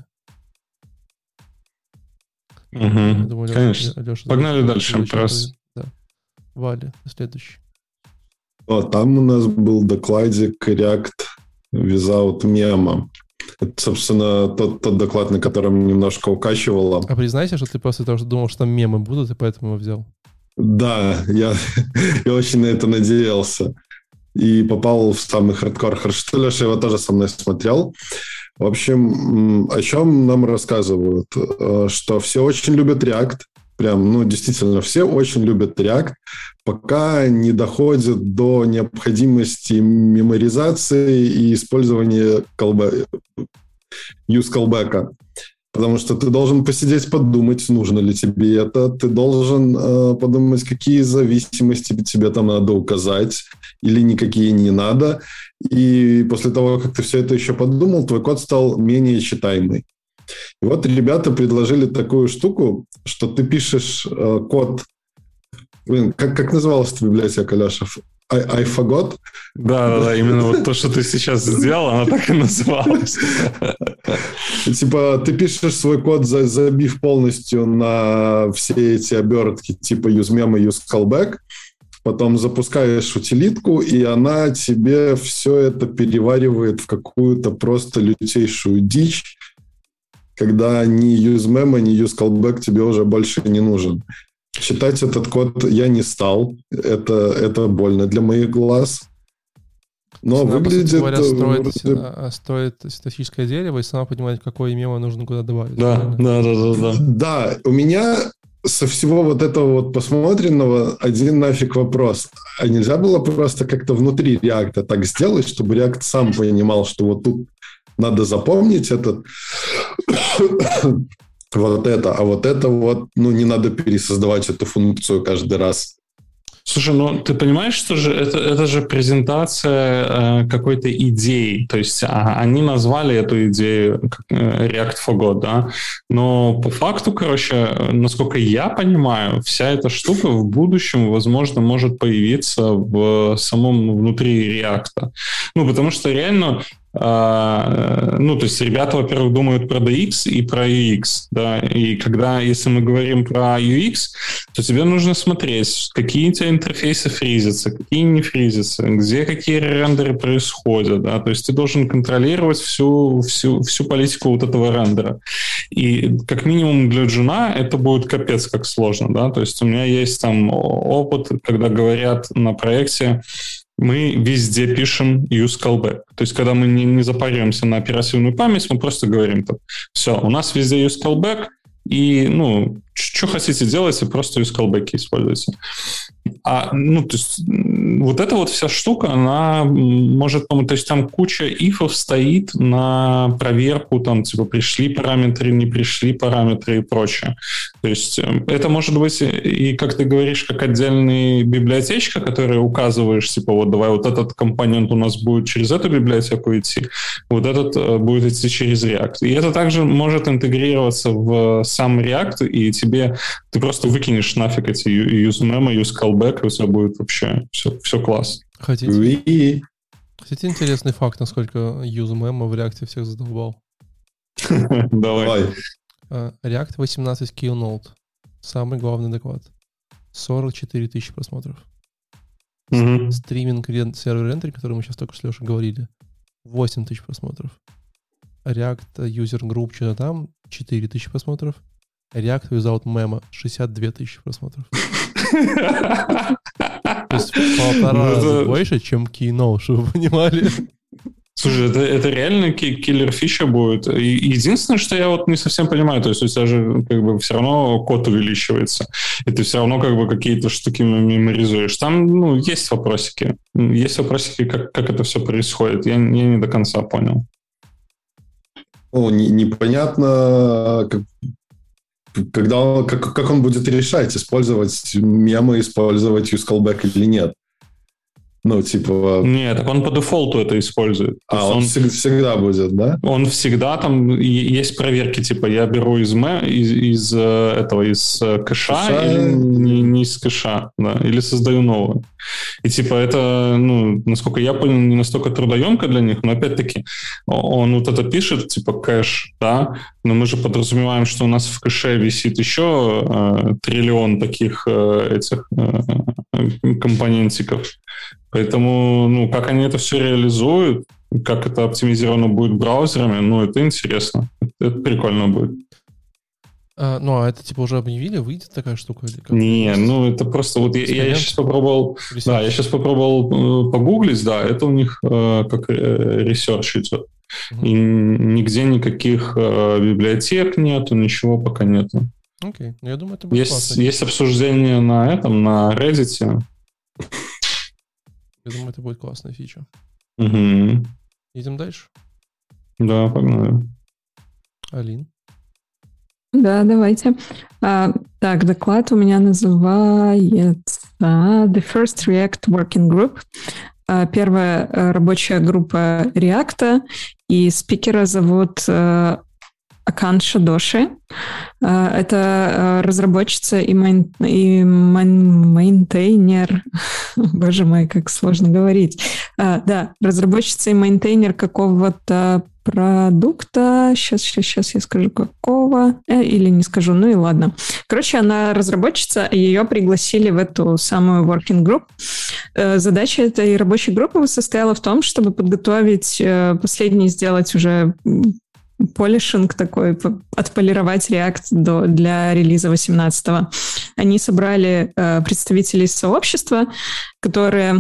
Угу. Думаю, конечно. Леша, Леша, Погнали Леша, дальше. Леша, просто. Да. Валя, следующий. А там у нас был докладик React Without Memo. Это, собственно, тот, тот доклад, на котором немножко укачивало. А признайся, что ты просто того, что думал, что там мемы будут, и поэтому его взял. Да, я, я очень на это надеялся. И попал в самый хардкор. Хорошо, что Леша его тоже со мной смотрел. В общем, о чем нам рассказывают? Что все очень любят React. Прям, ну, действительно, все очень любят React, пока не доходит до необходимости меморизации и использования callback, use callback. Потому что ты должен посидеть, подумать, нужно ли тебе это. Ты должен э, подумать, какие зависимости тебе там надо указать или никакие не надо. И после того, как ты все это еще подумал, твой код стал менее читаемый. И вот ребята предложили такую штуку, что ты пишешь э, код... Блин, как, как называлась эта библиотека, Леша? I, I forgot? Да-да-да, именно вот то, что ты сейчас сделал, она так и называлась. Типа ты пишешь свой код, забив полностью на все эти обертки типа useMemo, useCallback, потом запускаешь утилитку, и она тебе все это переваривает в какую-то просто лютейшую дичь, когда ни useMemo, ни useCallback тебе уже больше не нужен. Читать этот код я не стал. Это, это больно для моих глаз. Но она, выглядит... По говоря, строит, вроде... строит синтаксическое дерево и сама понимает, какое мемо нужно куда добавить. Да, да, да, да, да. Да, у меня со всего вот этого вот посмотренного один нафиг вопрос. А нельзя было просто как-то внутри React так сделать, чтобы React сам понимал, что вот тут надо запомнить этот... вот это, а вот это вот, ну, не надо пересоздавать эту функцию каждый раз. Слушай, ну ты понимаешь, что же это, это же презентация э, какой-то идеи, то есть а, они назвали эту идею как, э, React for God, да, но по факту, короче, насколько я понимаю, вся эта штука в будущем, возможно, может появиться в самом внутри React. Ну, потому что реально Uh, ну, то есть ребята, во-первых, думают про ди экс и про ю экс, да, и когда, если мы говорим про ю экс, то тебе нужно смотреть, какие у тебя интерфейсы фризятся, какие не фризятся, где какие рендеры происходят, да, то есть ты должен контролировать всю, всю, всю политику вот этого рендера. И как минимум для джуна это будет капец как сложно, да, то есть у меня есть там опыт, когда говорят на проекте, мы везде пишем use callback. То есть, когда мы не, не запариваемся на оперативную память, мы просто говорим так, все, у нас везде use callback, и, ну, что хотите делайте, просто use callback используйте. А, ну, то есть, вот эта вот вся штука, она может, то есть, там куча ифов стоит на проверку, там, типа, пришли параметры, не пришли параметры и прочее. То есть, это может быть, и, как ты говоришь, как отдельная библиотечка, которая указываешь, типа, вот, давай вот этот компонент у нас будет через эту библиотеку идти, вот этот будет идти через React. И это также может интегрироваться в сам React, и тебе, ты просто выкинешь нафиг эти useMemo, useCallback, и у тебя будет вообще все, все класс. Хотите? Oui. Хотите интересный факт, насколько useMemo в React всех задолбал? Давай. React восемнадцать Keynote. Самый главный доклад. сорок четыре тысячи просмотров. Mm-hmm. Стриминг сервер рендеринг, который мы сейчас только с Лешей говорили, восемь тысяч просмотров. React User Group, что-то там, четыре тысячи просмотров. React Without Memo, шестьдесят две тысячи просмотров. есть в полтора раза больше, чем Keynote, чтобы вы понимали. Слушай, это, это реально киллер-фича будет. И единственное, что я вот не совсем понимаю, то есть у тебя же как бы все равно код увеличивается, и ты все равно как бы какие-то штуки меморизуешь. Там, ну, есть вопросики. Есть вопросики, как, как это все происходит. Я, я не до конца понял. Ну, не, непонятно, как, когда он, как, как он будет решать, использовать мемы, использовать use callback или нет. Ну, типа... Нет, так он по дефолту это использует. А, он, он всегда, всегда будет, да? Он всегда там... Есть проверки, типа, я беру из, из, из этого, из кэша, кэша или не, не из кэша, да, или создаю новое. И, типа, это, ну, насколько я понял, не настолько трудоемко для них, но, опять-таки, он вот это пишет, типа, кэш, да, но мы же подразумеваем, что у нас в кэше висит еще э, триллион таких э, этих э, компонентиков. Поэтому, ну, как они это все реализуют, как это оптимизировано будет браузерами, ну, это интересно. Это, это прикольно будет. А, ну, а это, типа, уже объявили? Выйдет такая штука? Или как? Не, ну, это просто... Вот я, я сейчас попробовал... Research. Да, я сейчас попробовал э, погуглить, да, это у них э, как ресерч идет. Uh-huh. И нигде никаких э, библиотек нету, ничего пока нету. Окей, okay. Я думаю, это будет есть, классно. Есть обсуждение на этом, на Reddit. Я думаю, это будет классная фича. Угу. Идем дальше? Да, погнали. Алин? Да, давайте. А, так, доклад у меня называется The First React Working Group. А, первая рабочая группа React, и спикера зовут а, Аканша Доши. А, это разработчица и, майн, и майн, мейнтейнер. Боже мой, как сложно говорить. А, да, разработчица и мейнтейнер какого-то продукта. Сейчас, сейчас, сейчас я скажу, какого. Э, или не скажу, ну и ладно. Короче, она разработчица, и ее пригласили в эту самую working group. Э, задача этой рабочей группы состояла в том, чтобы подготовить э, последний, сделать уже полишинг такой, отполировать React до, для релиза восемнадцатого. Они собрали э, представителей сообщества, которые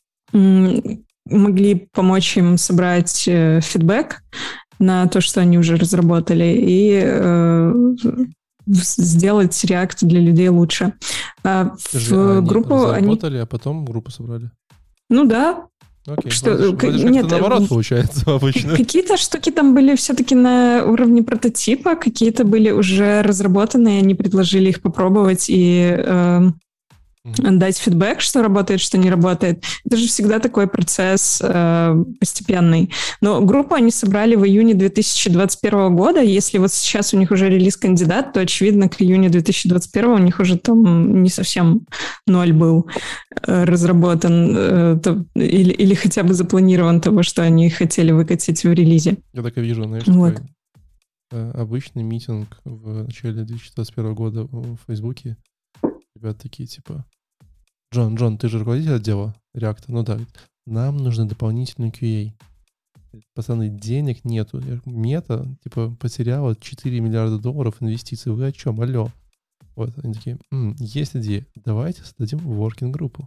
м- могли помочь им собрать э, фидбэк на то, что они уже разработали, и э, сделать React для людей лучше. А Скажи, в они группу разработали, они... а потом группу собрали? Ну да. Окей, что, вроде, к- вроде нет, как-то наоборот получается обычно. Какие-то штуки там были все-таки на уровне прототипа, какие-то были уже разработаны, они предложили их попробовать и э, mm-hmm. дать фидбэк, что работает, что не работает. Это же всегда такой процесс э, постепенный. Но группу они собрали в июне две тысячи двадцать первого года. Если вот сейчас у них уже релиз-кандидат, то, очевидно, к июню две тысячи двадцать первого у них уже там не совсем ноль был э, разработан э, то, или, или хотя бы запланирован того, что они хотели выкатить в релизе. Я так и вижу, знаешь, вот. такой э, обычный митинг в начале две тысячи двадцать первого года в Фейсбуке. Ребята такие, типа, Джон, Джон, ты же руководитель отдела React? Ну да. Нам нужно дополнительный кью эй. Пацаны, денег нету. Мета, типа, потеряла четыре миллиарда долларов инвестиций. Вы о чем? Алло. Вот, они такие, м-м, есть идея. Давайте создадим working-группу.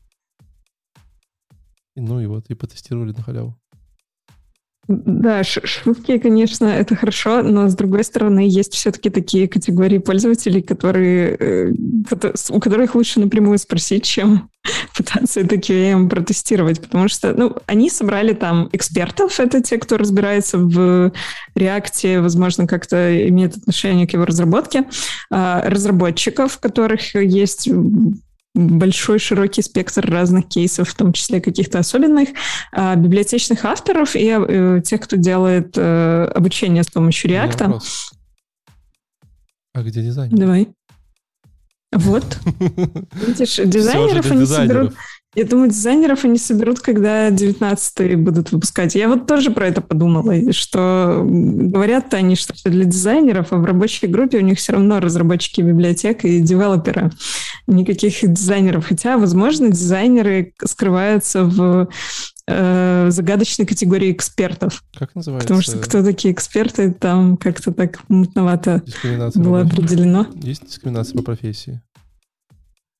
И, ну и вот, и потестировали на халяву. Да, шутки, конечно, это хорошо, но, с другой стороны, есть все-таки такие категории пользователей, которые, у которых лучше напрямую спросить, чем пытаться это кью эй протестировать, потому что, ну, они собрали там экспертов, это те, кто разбирается в React, возможно, как-то имеет отношение к его разработке, разработчиков, у которых есть большой широкий спектр разных кейсов, в том числе каких-то особенных, а, библиотечных авторов и а, тех, кто делает а, обучение с помощью React. А где дизайн? Давай. Вот. Видишь, дизайнеров они соберут... Я думаю, дизайнеров они соберут, когда девятнадцатые будут выпускать. Я вот тоже про это подумала, что говорят-то они, что для дизайнеров, а в рабочей группе у них все равно разработчики библиотек и девелоперы. Никаких дизайнеров. Хотя, возможно, дизайнеры скрываются в э, загадочной категории экспертов. Как называется? Потому что кто такие эксперты, там как-то так мутновато было определено. Есть дискриминация по профессии?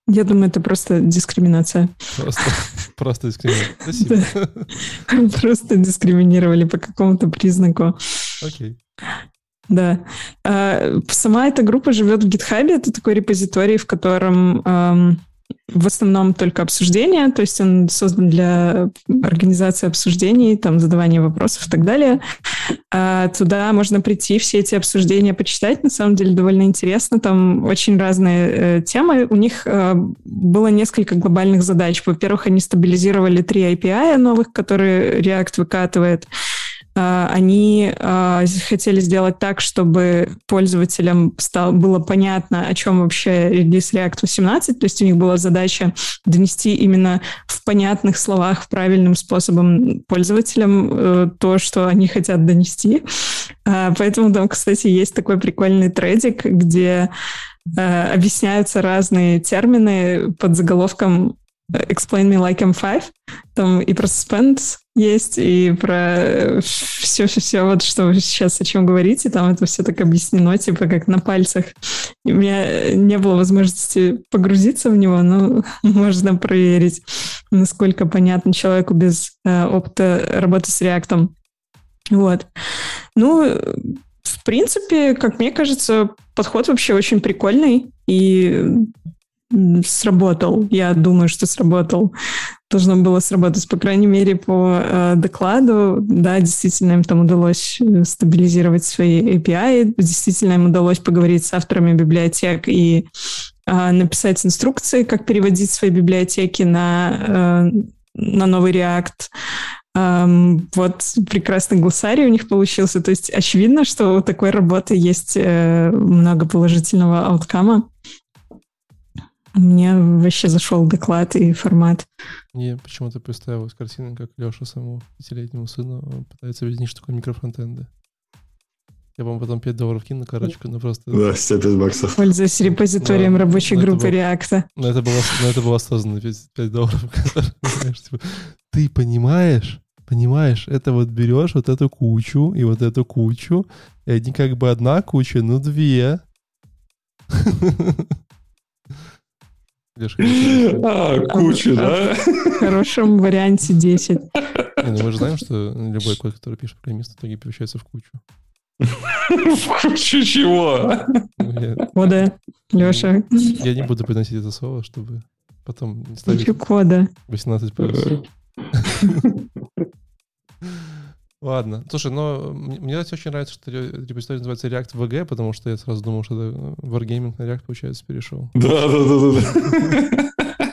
Я думаю, это просто дискриминация. Просто, просто дискриминация. Спасибо. Да. Просто дискриминировали по какому-то признаку. Окей. Да. А, сама эта группа живет в GitHub. Это такой репозиторий, в котором эм, в основном только обсуждения, то есть он создан для организации обсуждений, там, задавания вопросов и так далее. А туда можно прийти, все эти обсуждения почитать. На самом деле довольно интересно. Там очень разные э, темы. У них э, было несколько глобальных задач. Во-первых, они стабилизировали три эй пи ай новых, которые React выкатывает. Они хотели сделать так, чтобы пользователям стало, было понятно, о чем вообще релиз React восемнадцать. То есть у них была задача донести именно в понятных словах, правильным способом пользователям то, что они хотят донести. Поэтому там, кстати, есть такой прикольный тредик, где объясняются разные термины под заголовком Explain me like I'm five. Там и про suspense есть, и про все-все-все, вот что вы сейчас о чем говорите. Там это все так объяснено, типа как на пальцах. И у меня не было возможности погрузиться в него, но можно проверить, насколько понятно человеку без э, опыта работы с React. Вот. Ну, в принципе, как мне кажется, подход вообще очень прикольный и сработал. Я думаю, что сработал. Должно было сработать, по крайней мере, по э, докладу. Да, действительно, им там удалось стабилизировать свои эй пи ай. Действительно, им удалось поговорить с авторами библиотек и э, написать инструкции, как переводить свои библиотеки на, э, на новый React. Um, вот прекрасный глоссарий у них получился. То есть очевидно, что у такой работы есть э, много положительного ауткама. Мне вообще зашел доклад и формат. Мне почему-то представилась картина, как Леша своему пятилетнему сыну пытается объяснить, что такое микрофронтенды. Я вам потом пять долларов кину на карточку, но просто... Да, сто пять баксов. Пользуясь репозиторием да, рабочей группы React. Но это было, но это было осознанно, пять долларов. Ты понимаешь, понимаешь, это вот берешь вот эту кучу и вот эту кучу, и они как бы одна куча, ну две. А, куча, да? В хорошем варианте десять. Не, ну мы же знаем, что любой код, который пишет программист, в итоге превращается в кучу. В кучу чего? Кода, Леша. Я не буду приносить это слово, чтобы потом не ставить... Кучу кода. восемнадцать плюс. Ладно. Слушай, но мне очень нравится, что репозиторий называется React ви джи, потому что я сразу думал, что это Wargaming на React, получается, перешел. Да-да-да-да.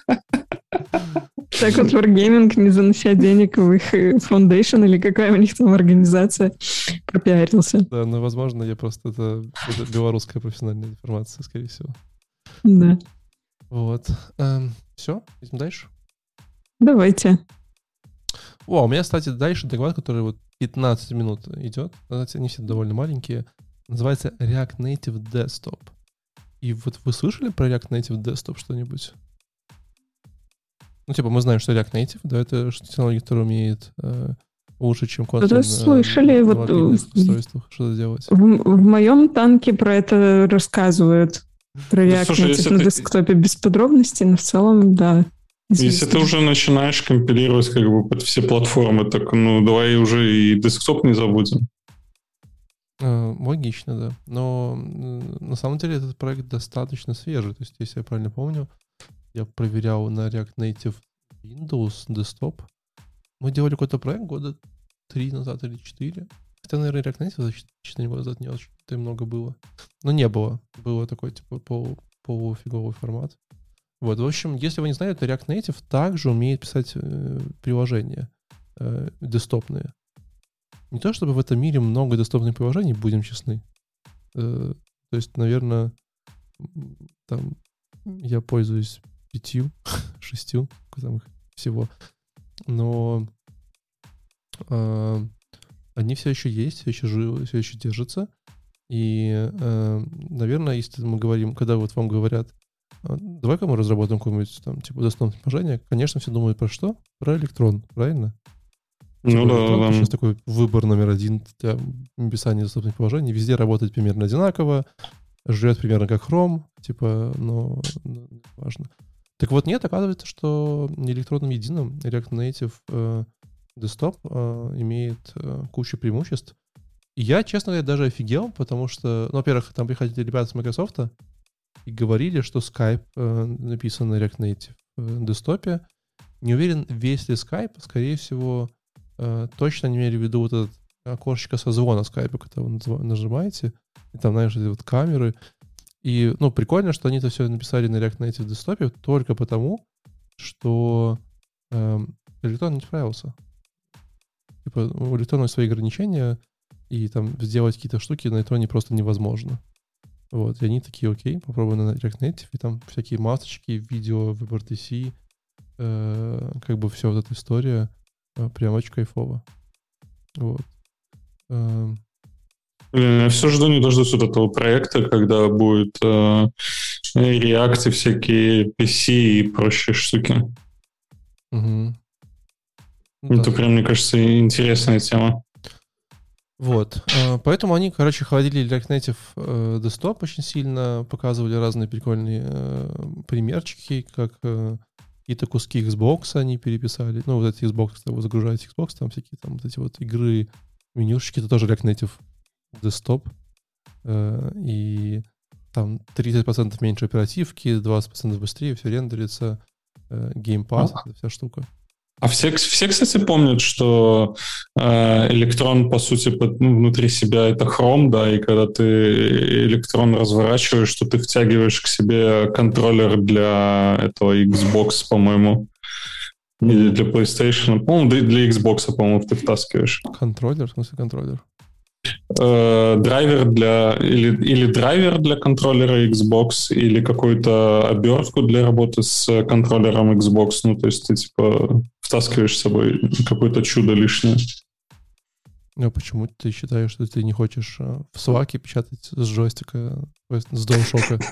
Так вот Wargaming, не занося денег в их Foundation или какая у них там организация, пропиарился. Да, но, возможно, я просто... Это, это белорусская профессиональная информация, скорее всего. Да. Вот. Эм, все, идем дальше? Давайте. О, у меня, кстати, дальше доклад, который вот пятнадцать минут идет. Они все довольно маленькие. Называется React Native Desktop. И вот вы слышали про React Native Desktop что-нибудь? Ну, типа, мы знаем, что React Native, да, это технология, которая умеет э, лучше, чем Kotlin. Да, слышали, на, вот на устройствах что-то делать. В, в моем танке про это рассказывают. Про React да, слушай, Native на ты... десктопе без подробностей, но в целом, да. Известно. Если ты уже начинаешь компилировать как бы под все платформы, так ну давай уже и десктоп не забудем. А, логично, да. Но на самом деле этот проект достаточно свежий. То есть, если я правильно помню, я проверял на React Native Windows Desktop. Мы делали какой-то проект года три назад или четыре. Хотя, наверное, React Native за четыре года назад не очень-то и много было. Но не было. Было такой, типа, полу, полуфиговый формат. Вот, в общем, если вы не знаете, React Native также умеет писать э, приложения э, десктопные. Не то чтобы в этом мире много десктопных приложений, будем честны. Э, то есть, наверное, там я пользуюсь пятью, шестью, там их всего. Но э, они все еще есть, все еще живы, все еще держатся. И, э, наверное, если мы говорим, когда вот вам говорят, давай-ка мы разработаем какое-нибудь там, типа, десктопное приложение. Конечно, все думают про что? Про электрон, правильно? Ну типа, да, электрон, да. Сейчас такой выбор номер один для написания десктопных приложений. Везде работает примерно одинаково, жрет примерно как Chrome, типа, но, но важно. Так вот нет, оказывается, что электронным единым React Native э, Desktop э, имеет э, кучу преимуществ. И я, честно говоря, даже офигел, потому что, ну, во-первых, там приходили ребята с Microsoft и говорили, что Skype э, написан на React Native э, десктопе. Не уверен, весь ли Skype, скорее всего, э, точно не имели в виду вот это окошечко созвона Skype, когда вы нажимаете, и там, знаешь, эти вот камеры. И, ну, прикольно, что они это все написали на React Native десктопе только потому, что э, электрон не справился. Типа, у электрона свои ограничения, и там сделать какие-то штуки на электроне просто невозможно. Вот, и они такие, окей, попробуем на React Native, и там всякие масочки, видео, WebRTC, э, как бы вся вот эта история э, прям очень кайфово. Вот. Э, Я все жду, не дождусь вот этого проекта, когда будет э, React и всякие пи си и прочие штуки. угу. Это Да. прям, мне кажется, интересная тема. Вот. э, Поэтому они, короче, хвалили React Native э, Desktop очень сильно, показывали разные прикольные э, примерчики, как э, какие-то куски Xbox они переписали. Ну, вот эти Xbox, когда вы загружаете Xbox, там всякие там вот эти вот игры, менюшечки, это тоже React Native Desktop. Э, И там тридцать процентов меньше оперативки, двадцать процентов быстрее, все рендерится. э, Game Pass, Ага. эта вся штука. А все, все, кстати, помнят, что э, электрон, по сути, под, ну, внутри себя это Chrome, да, и когда ты электрон разворачиваешь, что ты втягиваешь к себе контроллер для этого Xbox, по-моему, или для PlayStation, по-моему, да и для Xbox, по-моему, ты втаскиваешь. Контроллер, в смысле контроллер? Э, драйвер для или, или драйвер для контроллера Xbox, или какую-то обертку для работы с контроллером Xbox. Ну, то есть ты типа втаскиваешь с собой какое-то чудо лишнее. Ну, почему ты считаешь, что ты не хочешь э, в сваке печатать с джойстика, то есть с DualShock?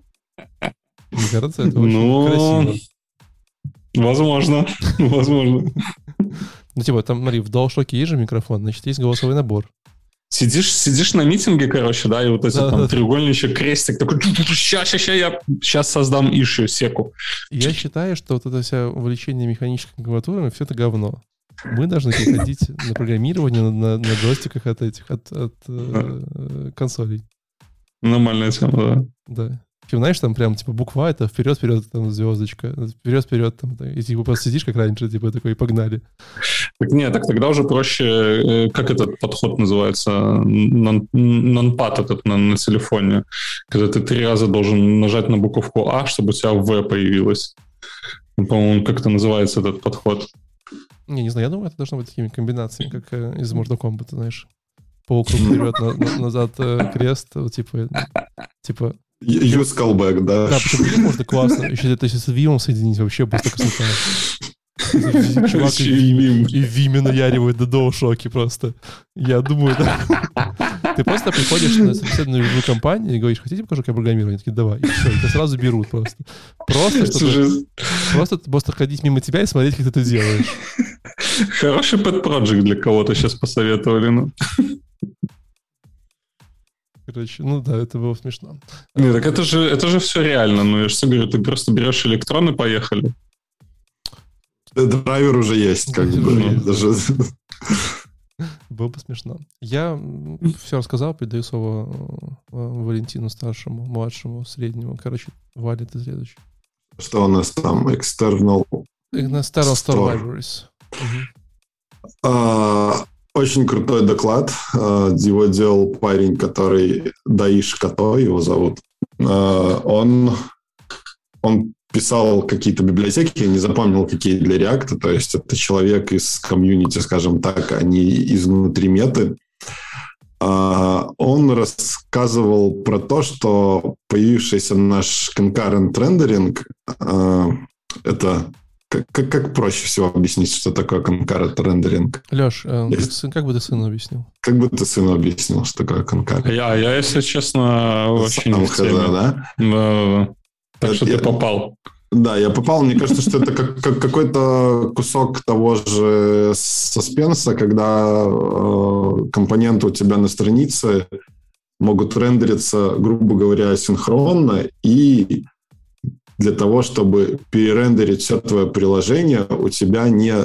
Мне кажется, это очень Ну, красиво. возможно, возможно. Ну, типа, там, смотри, в DualShock есть же микрофон, значит, есть голосовой набор. Сидишь, сидишь на митинге, короче, да, и вот эти Да, там да. треугольничек, крестик, такой, ща, ща, ща, я сейчас создам issue, секу. Я считаю, что вот это вся увлечение механическими клавиатурами, все это говно. Мы должны переходить на программирование на, на, на джойстиках от этих, от, от э, консолей. Нормальная тема, да. Да. Причем, знаешь, там прям, типа, буква это вперед-вперед, там, звездочка, вперед-вперед, там, да, и типа просто сидишь, как раньше, типа, такой, и погнали. Так нет, так тогда уже проще, э, как этот подход называется, нон- нонпад этот на, на телефоне, когда ты три раза должен нажать на буковку А, чтобы у тебя В появилось. Ну, по-моему, как это называется этот подход. Не, не знаю, я думаю, это должно быть такими комбинациями, как э, из Mortal Kombat, знаешь. Полукруг вперед, на- на- назад, э, крест, вот, типа, типа... Use callback, да. Да, почему прикинь, можно классно. Еще это с Вимом соединить, вообще просто красота. Чувак и Вим, и Виме наяривает до DualShock просто. Я думаю, да. Ты просто приходишь на собеседованную в компанию и говоришь, хотите покажу, как я программирую? Они такие, давай. И все, и тебя сразу берут просто. Просто, чтобы... Просто, просто ходить мимо тебя и смотреть, как ты это делаешь. Хороший pet-project для кого-то сейчас посоветовали, ну. Короче, ну да, это было смешно. Нет, так это же, это же все реально. Ну, я же говорю, ты просто берешь электрон и поехали. Драйвер уже есть, как Драйвер бы. уже есть. Даже... Было бы смешно. Я все рассказал, передаю слово э, Валентину старшему, младшему, среднему. Короче, Валя, ты следующий. Что у нас там? External... External Store Store. Libraries. Мгм. А, очень крутой доклад. А, его делал парень, который Даиш Като, его зовут. А, он, он писал какие-то библиотеки, я не запомнил, какие для React. То есть это человек из комьюнити, скажем так, а не изнутри меты. А, он рассказывал про то, что появившийся наш concurrent rendering, а, это... Как, как, как проще всего объяснить, что такое concurrent rendering? Леш, э, как, Есть. сын- как бы ты сыну объяснил? Как бы ты сыну объяснил, что такое concurrent? Я, я, если честно, вообще Сам не в хз, теме. да? Да-да-да. Так Это что я- ты попал. Да, я попал. Мне кажется, что это как, как какой-то кусок того же саспенса, когда э, компоненты у тебя на странице могут рендериться, грубо говоря, синхронно, и для того, чтобы перерендерить все твое приложение, у тебя не...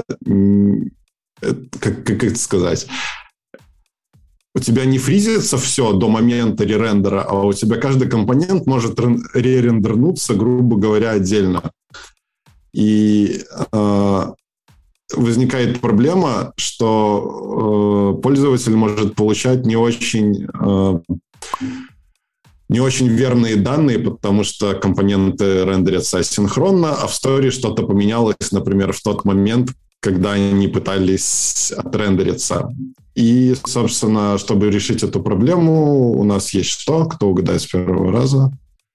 Как, как это сказать? У тебя не фризится все до момента ререндера, а у тебя каждый компонент может ререндернуться, грубо говоря, отдельно. И э, возникает проблема, что э, пользователь может получать не очень... Э, не очень верные данные, потому что компоненты рендерятся асинхронно, а в сторе что-то поменялось, например, в тот момент, когда они пытались отрендериться. И, собственно, чтобы решить эту проблему, у нас есть что? Кто угадает с первого раза?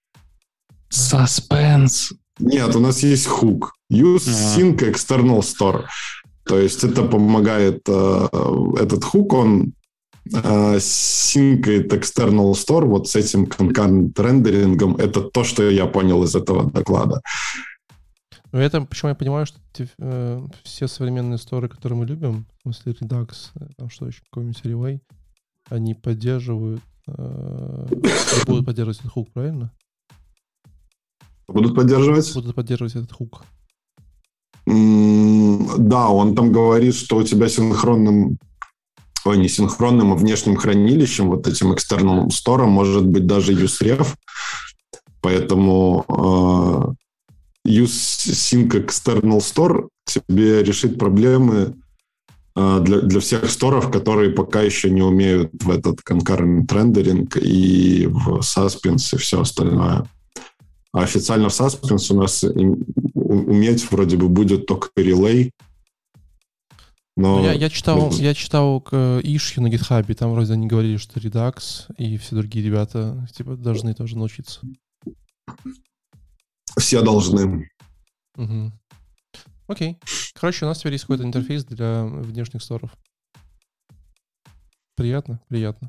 Саспенс. Нет, у нас есть хук. Use Sync External Store. То есть это помогает... Э, этот хук, он э, синкает External Store вот с этим concurrent рендерингом. Это то, что я понял из этого доклада. Ну, это почему я понимаю, что те, э, все современные сторы, которые мы любим, в смысле Redux, там что еще, какой-нибудь Relay, они поддерживают, э, будут поддерживать этот хук, правильно? Будут поддерживать? Будут поддерживать этот хук. Mm, да, он там говорит, что у тебя синхронным, ой, не синхронным, а внешним хранилищем, вот этим external store, может быть даже useref, поэтому... Э, Use Sync External Store тебе решит проблемы э, для, для всех сторов, которые пока еще не умеют в этот concurrent rendering и в Suspense и все остальное. А официально в Suspense у нас им, уметь вроде бы будет только Relay. Но... Я, я читал, я читал к ишью на GitHub, там вроде они говорили, что Redux и все другие ребята типа должны тоже научиться. Все должны. Угу. Окей. Короче, у нас теперь есть какой-то интерфейс для внешних сторов. Приятно, приятно.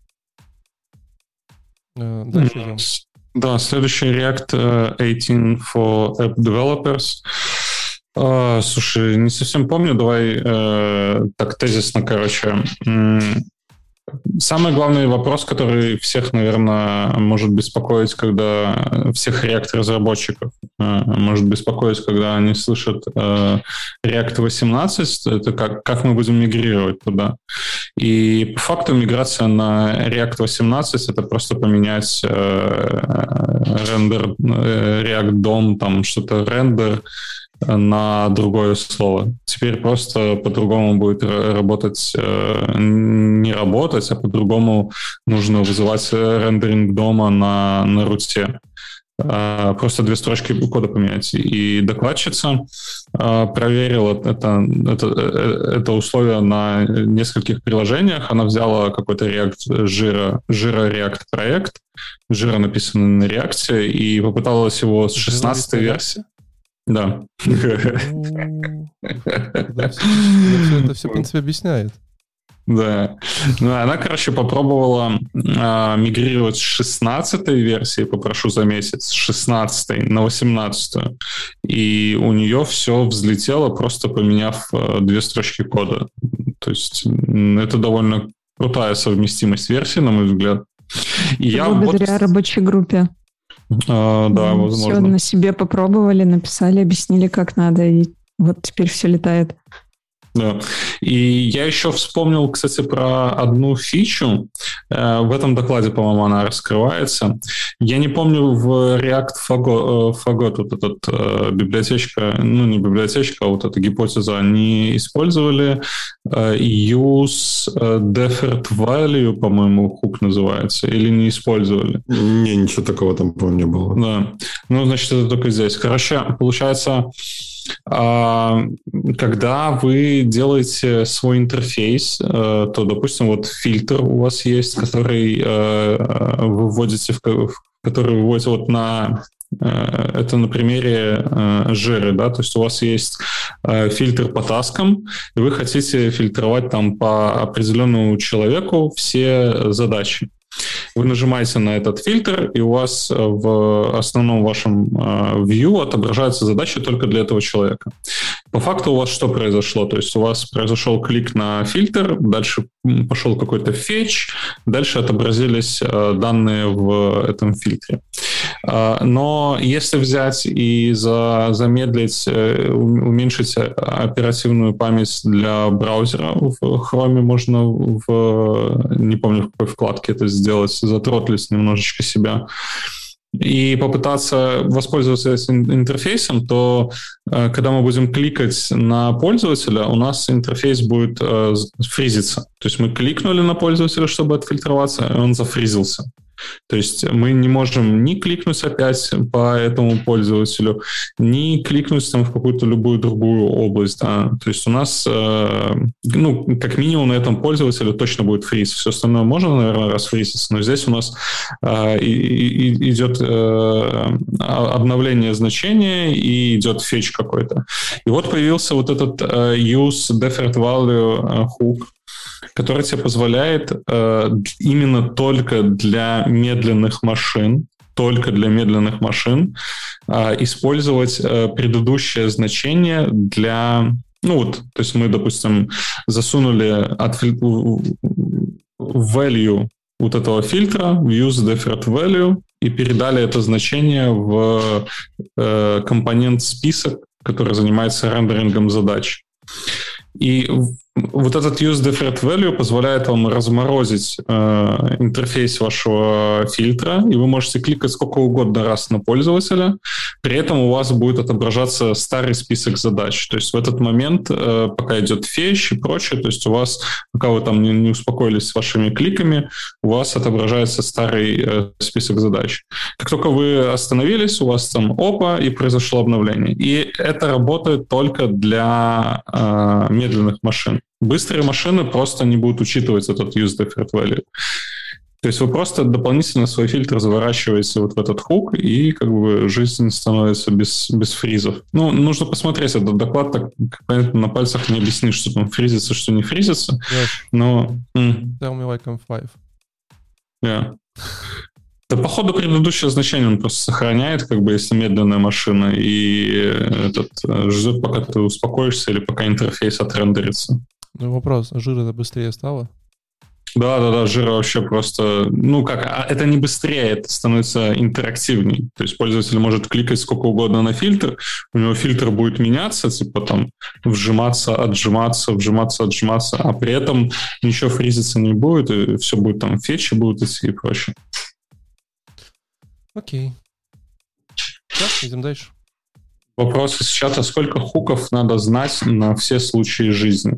Uh, дальше идем. Да, следующий React eighteen for App Developers. Uh, слушай, не совсем помню, давай uh, так тезисно, короче. Mm. Самый главный вопрос, который всех, наверное, может беспокоить, когда всех React-разработчиков может беспокоить, когда они слышат э, React восемнадцать, это как, как мы будем мигрировать туда. И по факту миграция на React восемнадцать — это просто поменять э, рендер, э, React дом, там что-то рендер на другое слово. Теперь просто по-другому будет работать, не работать, а по-другому нужно вызывать рендеринг дома на, на руте. Просто две строчки кода поменять. И докладчица проверила это, это, это условие на нескольких приложениях. Она взяла какой-то React Jira, Jira React проект, Jira написанный на React, и попыталась его с шестнадцатой версии. Да. Это все, в принципе, объясняет. Да. Ну, она, короче, попробовала а, мигрировать с шестнадцатой версии, попрошу за месяц, с шестнадцатой на восемнадцатую. И у нее все взлетело, просто поменяв а, две строчки кода. То есть это довольно крутая совместимость версий, на мой взгляд. И я благодаря вот... рабочей группе. А, да, mm, возможно. Все на себе попробовали, написали, объяснили, как надо, и вот теперь все летает. Да. И я еще вспомнил, кстати, про одну фичу. В этом докладе, по-моему, она раскрывается. Я не помню, в React Fagot, Fagot вот эта библиотечка, ну не библиотечка, а вот эта гипотеза, они использовали use deferred value, по-моему, хук называется, или не использовали? Не, ничего такого там, по-моему, не было. Да. Ну, значит, это только здесь. Короче, получается... Когда вы делаете свой интерфейс, то, допустим, вот фильтр у вас есть, который вы вводите, в который вы вводите вот на... Это на примере Jira, да, то есть у вас есть фильтр по таскам, и вы хотите фильтровать там по определенному человеку все задачи. Вы нажимаете на этот фильтр, и у вас в основном вашем view отображаются задачи только для этого человека. По факту у вас что произошло? То есть у вас произошел клик на фильтр, дальше пошел какой-то фетч, дальше отобразились данные в этом фильтре. Но если взять и за, замедлить, уменьшить оперативную память для браузера, в Chrome можно, в, не помню, в какой вкладке это сделать, затротлить немножечко себя, и попытаться воспользоваться этим интерфейсом, то э, когда мы будем кликать на пользователя, у нас интерфейс будет э, фризиться. То есть мы кликнули на пользователя, чтобы отфильтроваться, и он зафризился. То есть мы не можем ни кликнуть опять по этому пользователю, ни кликнуть там в какую-то любую другую область. Да. То есть у нас, э, ну, как минимум на этом пользователе точно будет фриз. Все остальное можно, наверное, расфризиться, но здесь у нас э, и, и, идет э, обновление значения и идет фетч какой-то. И вот появился вот этот э, use deferred value hook, который тебе позволяет э, именно только для медленных машин, только для медленных машин э, использовать э, предыдущее значение для... Ну вот, то есть мы, допустим, засунули от value вот этого фильтра в use deferred value и передали это значение в э, компонент-список, который занимается рендерингом задач. И вот этот use deferred value позволяет вам разморозить э, интерфейс вашего фильтра, и вы можете кликать сколько угодно раз на пользователя, при этом у вас будет отображаться старый список задач. То есть в этот момент, э, пока идет фетч и прочее, то есть у вас, пока вы там не, не успокоились с вашими кликами, у вас отображается старый э, список задач. Как только вы остановились, у вас там опа, и произошло обновление. И это работает только для э, медленных машин. Быстрые машины просто не будут учитывать этот use deferred value. То есть вы просто дополнительно свой фильтр заворачиваете вот в этот хук, и как бы жизнь становится без, без фризов. Ну, нужно посмотреть этот доклад, так, понятно, на пальцах не объяснишь, что там фризится, что не фризится. Yes. Но... Mm. Tell me like I'm five. Yeah. Да, походу, предыдущее значение он просто сохраняет, как бы, если медленная машина, и этот, ждет, пока ты успокоишься или пока интерфейс отрендерится. Ну, вопрос, жира это быстрее стало? Да-да-да, жира вообще просто... Ну как, это не быстрее, это становится интерактивней. То есть пользователь может кликать сколько угодно на фильтр, у него фильтр будет меняться, типа там вжиматься, отжиматься, вжиматься, отжиматься, а при этом ничего фризиться не будет, и все будет там, фетчи будут идти и прочее. Окей. Так, идем дальше. Вопрос из чата. Сколько хуков надо знать на все случаи жизни?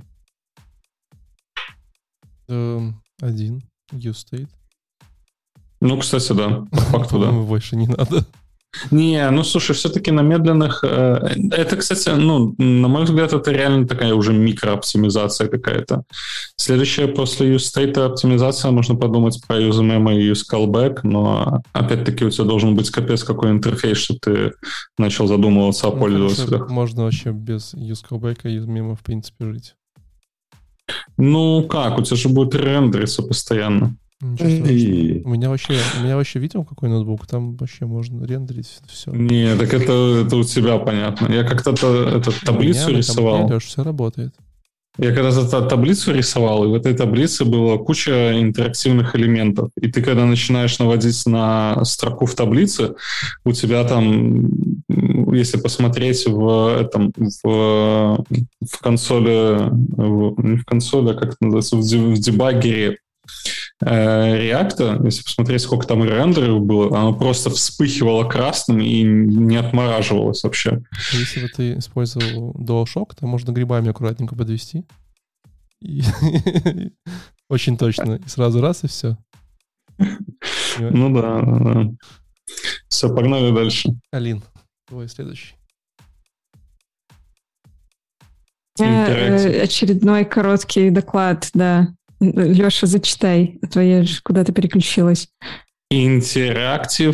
Um, один. useState. Ну, кстати, да. По факту, да. Больше не надо. Не, ну, слушай, все-таки на медленных... Э, это, кстати, ну, на мой взгляд, это реально такая уже микрооптимизация какая-то. Следующая после useState оптимизация, можно подумать про useMemo и useCallback, но, опять-таки, у тебя должен быть капец какой интерфейс, чтобы ты начал задумываться о ну, пользователях. Можно вообще без useCallback и useMemo, в принципе, жить. Ну, как? У тебя же будет рендериться постоянно. И... У меня вообще, у меня вообще видел какой ноутбук, там вообще можно рендерить все. Не, так это, это у тебя понятно. Я как-то эту таблицу рисовал. У меня все работает. Я когда-то таблицу рисовал, и в этой таблице была куча интерактивных элементов. И ты, когда начинаешь наводить на строку в таблице, у тебя там, если посмотреть в этом, в, в консоли, в, не в консоли, а как это называется, в, в дебаггере React, если посмотреть, сколько там рендеров было, оно просто вспыхивало красным и не отмораживалось вообще. Если бы ты использовал DualShock, то можно грибами аккуратненько подвести. И... Очень точно. И сразу раз, и все. Ну да, да. Все, погнали дальше. Алин, твой следующий. Очередной короткий доклад, да. Леша, зачитай, а то я же куда-то переключилась. Interactive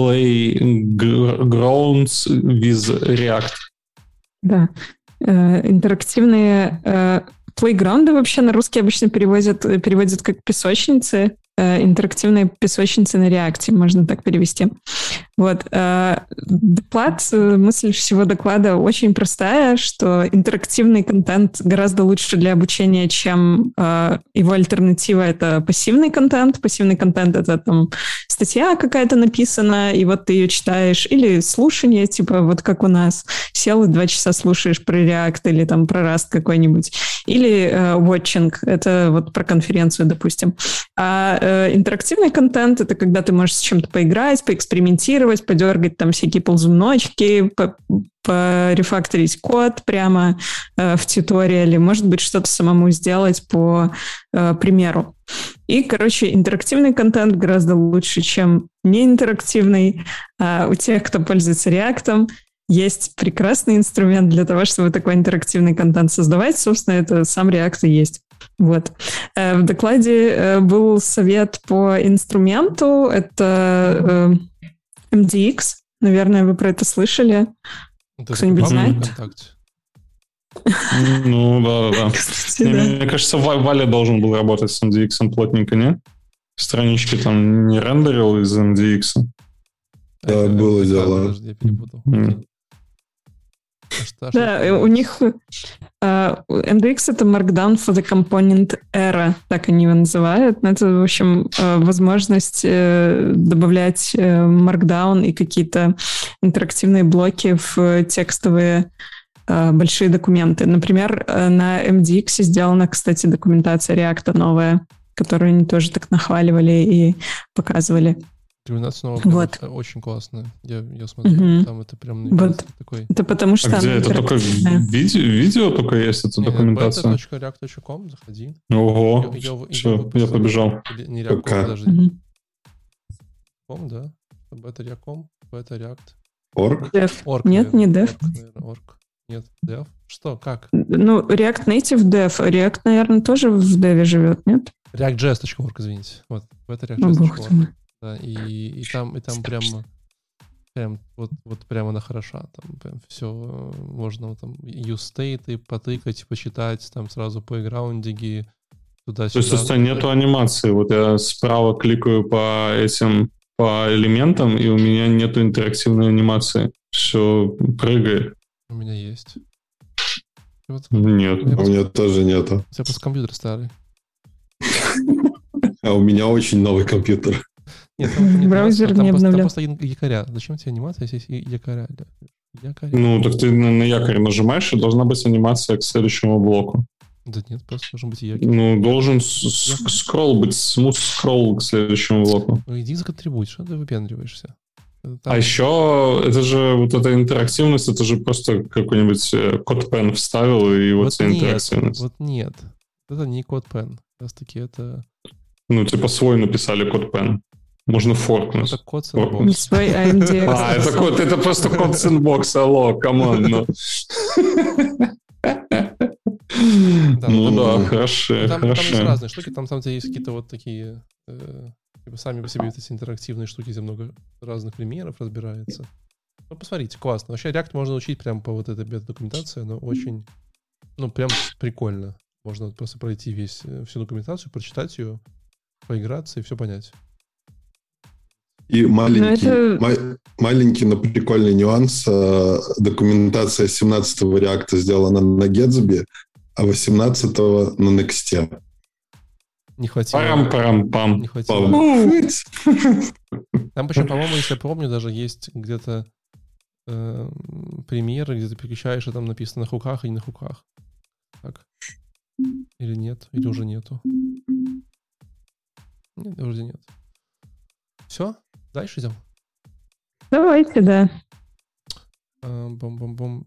Playgrounds with React. Да. Э, интерактивные э, плейграунды вообще на русский обычно переводят, переводят как песочницы. Э, интерактивные песочницы на реакте, можно так перевести. Вот. Доклад, мысль всего доклада очень простая, что интерактивный контент гораздо лучше для обучения, чем его альтернатива — это пассивный контент. Пассивный контент — это там статья какая-то написана, и вот ты ее читаешь, или слушание, типа вот как у нас, сел и два часа слушаешь про React или там про Rust какой-нибудь, или э, watching, это вот про конференцию, допустим. А э, интерактивный контент — это когда ты можешь с чем-то поиграть, поэкспериментировать, подергать там всякие ползуночки, по порефакторить код прямо э, в тьюториале, может быть, что-то самому сделать по э, примеру. И, короче, интерактивный контент гораздо лучше, чем неинтерактивный. А у тех, кто пользуется React, есть прекрасный инструмент для того, чтобы такой интерактивный контент создавать. Собственно, это сам React и есть. Вот. В докладе был совет по инструменту. Это эм ди икс. Наверное, вы про это слышали. Это кто-нибудь знает? Ну, да-да-да. Кстати, да. Мне кажется, Валя должен был работать с эм ди икс плотненько, не? Странички там не рендерил из эм ди икс. Да, было дело. Подожди, я перепутал. Mm. Да, у них uh, эм ди икс — это Markdown for the Component Era, так они его называют. Это, в общем, uh, возможность uh, добавлять uh, Markdown и какие-то интерактивные блоки в текстовые uh, большие документы. Например, uh, на эм ди икс сделана, кстати, документация React новая, которую они тоже так нахваливали и показывали. Документация вот. Очень классная. Я, я смотрю, угу. там это прям вот. такой... Это потому что... А где это только видео, видео только есть, эта Нет, документация? бета точка реакт точка ком, заходи. Ого, ее, ее, все, ее я побежал. Или, не React, okay. даже. Угу. Ком, да? Бета React ком, бета React. Org? Dev. Нет, не Dev. Org, наверное, Org. Нет, Dev. Что, как? Ну, React Native Dev. React, наверное, тоже в Dev живет, нет? реакт джей эс точка орг, извините. Вот, бета реакт джей эс точка орг. Да, и, и там, и там прямо, прям, вот, вот прямо она хороша. Там прям все можно там use-state потыкать, почитать, там сразу плейграундиги, туда-сюда. То есть, просто нету анимации. Вот я справа кликаю по этим, по элементам, и у меня нету интерактивной анимации. Все прыгает. У меня есть. Вот, нет. У просто, меня тоже нету. У тебя просто компьютер старый. А у меня очень новый компьютер. Нет, там, нет, браузер там, не там, обновлен. Там просто якоря. Зачем тебе анимация, если есть якоря? якоря? Ну, так ты на якорь нажимаешь, и должна быть анимация к следующему блоку. Да нет, просто должен быть якорь. Ну, должен с- скролл быть, смут скролл к следующему блоку. Ну, иди за контрибуть, что ты выпендриваешься? Там... А еще, это же, вот эта интерактивность, это же просто какой-нибудь CodePen вставил, и вот, вот вся интерактивность. Вот нет, это не CodePen. Как раз таки это... Ну, типа свой написали CodePen. Можно форкнуть. Это код Sandbox. Не свой, а эм ди экс. А, это, код, это просто код Sandbox, алло, камон. Ну да, хорошо. Там есть разные штуки, там есть какие-то вот такие... Сами по себе эти интерактивные штуки, где много разных примеров разбирается. Ну, посмотрите, классно. Вообще React можно учить прямо по вот этой бета-документации, но очень, ну, прям прикольно. Можно просто пройти весь, всю документацию, прочитать ее, поиграться и все понять. И маленький, это... ма- маленький, но прикольный нюанс. Документация семнадцатого React сделана на Gatsby, а восемнадцатого на Next. Не хватило. Парам-парам-пам. Не хватило. Там причем, по-моему, если я помню, даже есть где-то э, примеры, где ты переключаешь, и там написано на хуках и не на хуках. Так. Или нет? Или уже нету? Нет, вроде нет. Все? Дальше идем? Давайте, да. А, бом-бом-бом.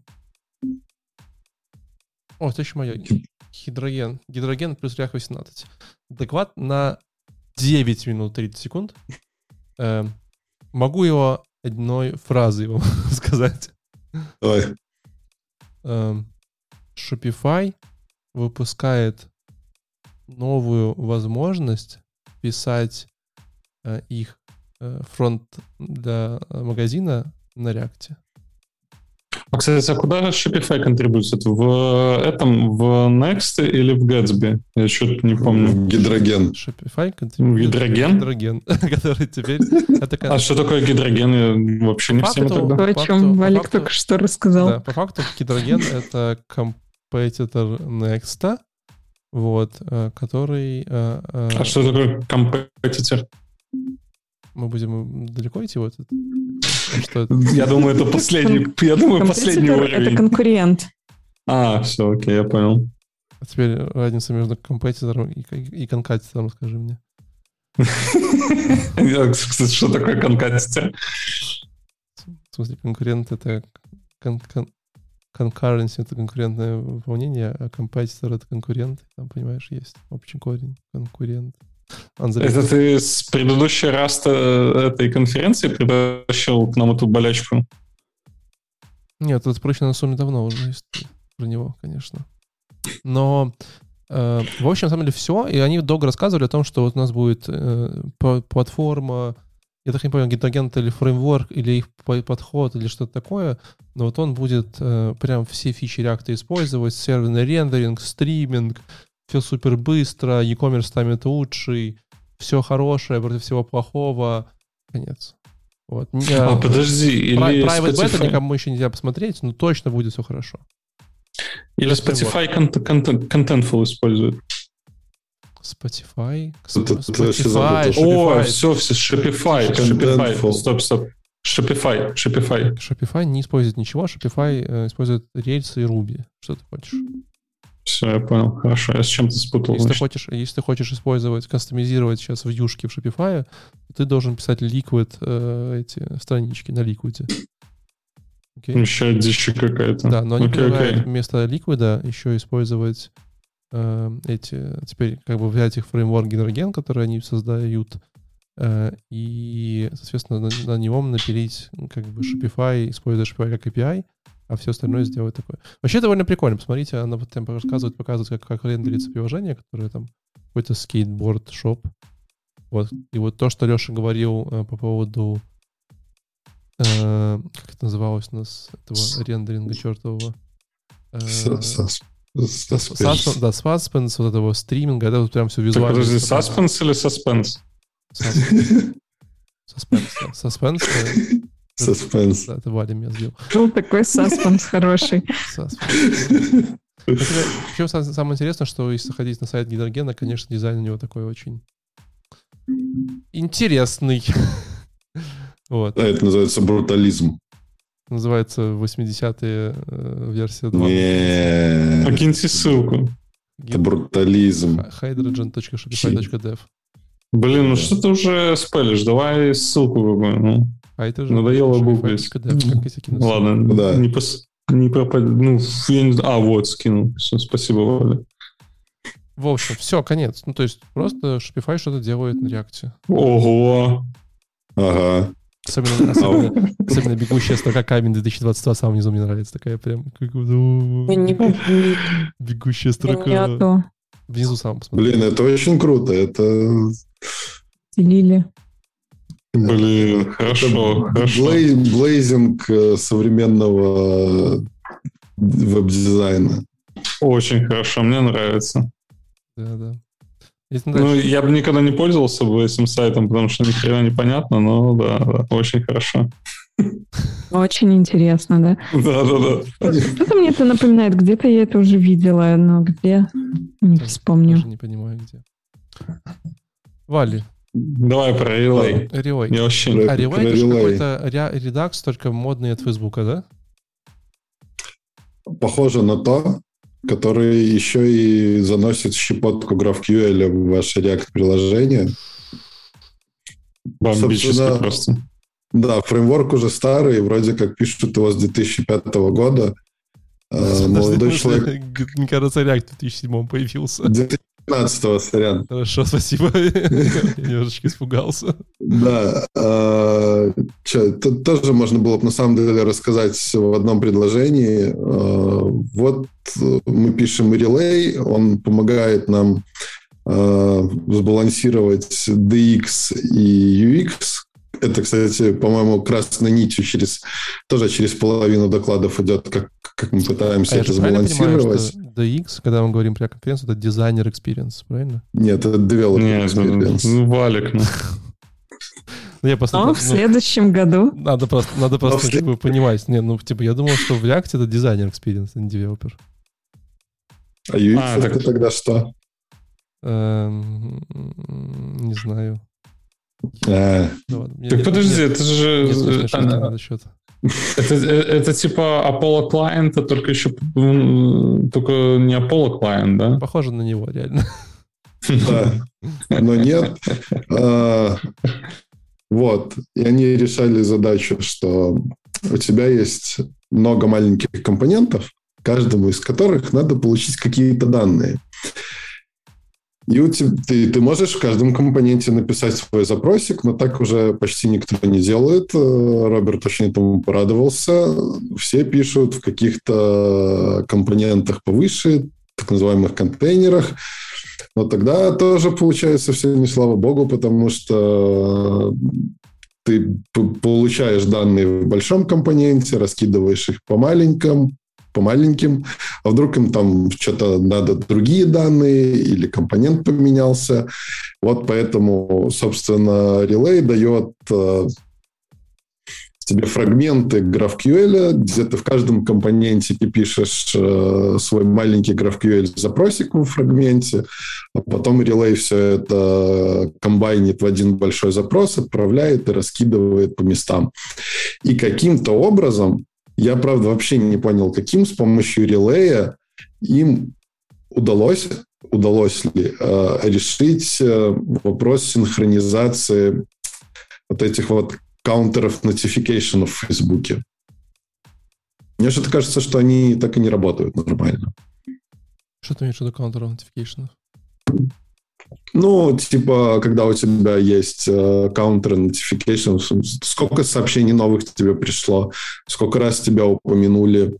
О, это еще мое. Гидроген. Гидроген плюс React восемнадцать. Доклад на девять минут тридцать секунд. Э, могу его одной фразой вам сказать. Давай. Э, Shopify выпускает новую возможность писать э, их э, фронт для магазина на React. А, кстати, а куда Shopify контрибуется? В этом, в Next или в Gatsby? Я что-то не помню. Гидроген. Shopify контрибует. Гидроген? Гидроген, который теперь... А что такое гидроген? Я вообще не в теме тогда. То, о чем Валик только что рассказал. Да, по факту гидроген — это компетитор Next, вот, который... А что такое компетитор? Мы будем далеко идти? Вот. Что это? Я думаю, это последний, я думаю, последний уровень. Это конкурент. А, все, окей, я понял. А теперь разница между компетитором и, и конкатитором, скажи мне. Кстати, что такое конкатитор? В смысле, конкурент — это concurrency, это конкурентное выполнение, а компетитор — это конкурент. Там, понимаешь, есть общий корень. Конкурент. Это ты с предыдущей раз этой конференции притащил к нам эту болячку? Нет, это прочно на сумме давно уже есть про него, конечно. Но, э, в общем, на самом деле все. И они долго рассказывали о том, что вот у нас будет э, платформа, я так не понял, гидроген или фреймворк, или их подход, или что-то такое. Но вот он будет э, прям все фичи React использовать, серверный рендеринг, стриминг, все супер быстро, e-commerce станет лучший, все хорошее против всего плохого. Конец. Вот. А, а подожди, или Private Spotify... Beta никому еще нельзя посмотреть, но точно будет все хорошо. Или Spotify Contentful использует. Spotify? Spotify. О, все, все, Shopify. Shopify. Стоп, стоп. Shopify. Shopify. Shopify не использует ничего, Shopify э, использует рельсы и Ruby. Что ты хочешь? Все, я понял. Хорошо, я с чем-то спутал. Если ты, хочешь, если ты хочешь использовать, кастомизировать сейчас вьюшки в Shopify, ты должен писать Liquid э, эти странички на Liquid. Okay? Еще дичь какая-то. Да, но они okay, предлагают okay. вместо Liquid еще использовать э, эти, теперь как бы взять их фреймворк Гидроген, который они создают, э, и, соответственно, на, на него напилить как бы Shopify, используя Shopify как эй пи ай, а все остальное сделать такое. Вообще довольно прикольно. Посмотрите, она вот там рассказывает, показывает, как, как рендерится приложение, которое там какой-то скейтборд-шоп. Вот. И вот то, что Леша говорил э, по поводу э, как это называлось у нас, этого рендеринга чертового. Э, Саспенс, да, саспенс, вот этого стриминга, это вот прям все визуально. Так, подожди, саспенс или саспенс? Саспенс, да. Саспенс. Саспенс. Да, это Валя меня сбил. Был такой саспенс хороший. Причем самое интересное, что если заходить на сайт Гидрогена, конечно, дизайн у него такой очень интересный. Вот. А это называется брутализм. Называется восьмидесятые э, версия два. Нет. Покиньте ссылку. Это брутализм. hydrogen точка shopify точка dev. Блин, ну что ты уже спелишь? Давай ссылку какую. Ну. Hydrogen. Надоело гуглить. Ладно, да. не, пос... не пропад... Ну, я не... А, вот, скинул. Все, спасибо, Валя. В общем, все, конец. Ну, то есть просто Shopify что-то делает на реакции. Ого! Ага. Особенно, особенно, особенно бегущая строка камень две тысячи двадцать два самым низу мне нравится. Такая прям... Как... Бегущая строка. Внизу сам посмотри. Блин, это очень круто. Это... Делили. Блин, хорошо, хорошо. Блей, блейзинг современного веб-дизайна. Очень хорошо, мне нравится. Да, да. Ну, я бы никогда не пользовался бы этим сайтом, потому что ни хрена непонятно, но да, да, очень хорошо. Очень интересно, да? Да, да, да. Что-то мне это напоминает, где-то я это уже видела, но где? Не вспомню. Даже не понимаю, где. Вали. Давай про Relay. Relay. Я вообще... А Relay это же какой-то редакс, только модный от Фейсбука, да? Похоже на то, который еще и заносит щепотку GraphQL в ваше React-приложение. Бомбически просто. Да, фреймворк уже старый, вроде как пишут его с две тысячи пятого года. Подожди, молодой человек... Мне кажется, React в две тысячи седьмом появился. две тысячи пятнадцатого, сорян. Хорошо, спасибо. Я немножечко испугался. Да. Э, что, тоже можно было бы на самом деле рассказать в одном предложении. Э, вот мы пишем Relay, он помогает нам э, сбалансировать ди экс и ю экс Это, кстати, по-моему, красной нитью через тоже через половину докладов идет, как, как мы пытаемся а это я правильно сбалансировать. Понимаю, что ди икс, когда мы говорим про конференцию, это дизайнер experience, правильно? Нет, это developer experience. Ну, валик, ну. Я просто, Но ну, в следующем году. Надо просто, надо просто как бы понимать. Не, ну, типа, я думал, что в React это дизайнер experience, а не девелопер. А ю экс А, это так... тогда что? Эм, не знаю. А. Да ладно, Так нет, подожди, нет, это же... нет смешной шутки на этот счет. Это, это типа Apollo Client, а только еще только не Apollo Client, да? Похоже на него, реально. Да, но нет. А, вот. И они решали задачу, что у тебя есть много маленьких компонентов, каждому из которых надо получить какие-то данные. И у тебя, ты, ты можешь в каждом компоненте написать свой запросик, но так уже почти никто не делает. Роберт очень этому порадовался. Все пишут в каких-то компонентах повыше, так называемых контейнерах. Но тогда тоже получается все не слава богу, потому что ты получаешь данные в большом компоненте, раскидываешь их по маленьким, по маленьким, а вдруг им там что-то надо другие данные или компонент поменялся. Вот поэтому, собственно, Relay дает э, тебе фрагменты GraphQL, где ты в каждом компоненте ты пишешь э, свой маленький GraphQL-запросик в фрагменте, а потом Relay все это комбайнит в один большой запрос, отправляет и раскидывает по местам. И каким-то образом, я, правда, вообще не понял, каким, с помощью релея им удалось, удалось ли э, решить э, вопрос синхронизации вот этих вот каунтеров notification в Фейсбуке. Мне что-то кажется, что они так и не работают нормально. Что ты имеешь в виду counter notification? Ну, типа, когда у тебя есть э, counter notification, сколько сообщений новых тебе пришло, сколько раз тебя упомянули.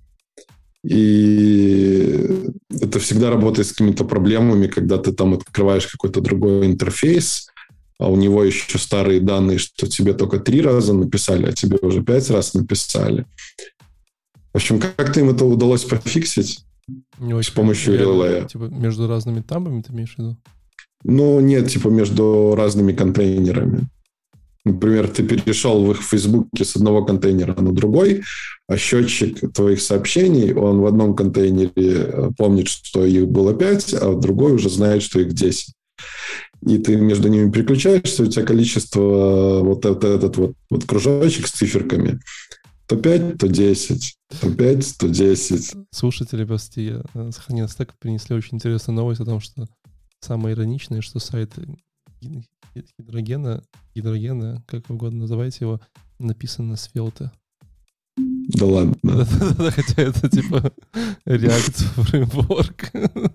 И это всегда работает с какими-то проблемами, когда ты там открываешь какой-то другой интерфейс, а у него еще старые данные, что тебе только три раза написали, а тебе уже пять раз написали. В общем, как-то им это удалось пофиксить Не с помощью релея. Типа между разными табами ты имеешь в виду? Ну, нет, типа между разными контейнерами. Например, ты перешел в их Фейсбуке с одного контейнера на другой, а счетчик твоих сообщений, он в одном контейнере помнит, что их было пять, а в другой уже знает, что их десять. И ты между ними переключаешься, у тебя количество, вот этот, этот вот, вот кружочек с циферками, то пять, то десять, то пять, то десять. Слушатели, прости, я сохранил стек, принесли очень интересную новость о том, что самое ироничное, что сайт гидрогена, гидрогена, как угодно называйте его, написан на Svelte. Да ладно. Хотя это типа React фреймворк.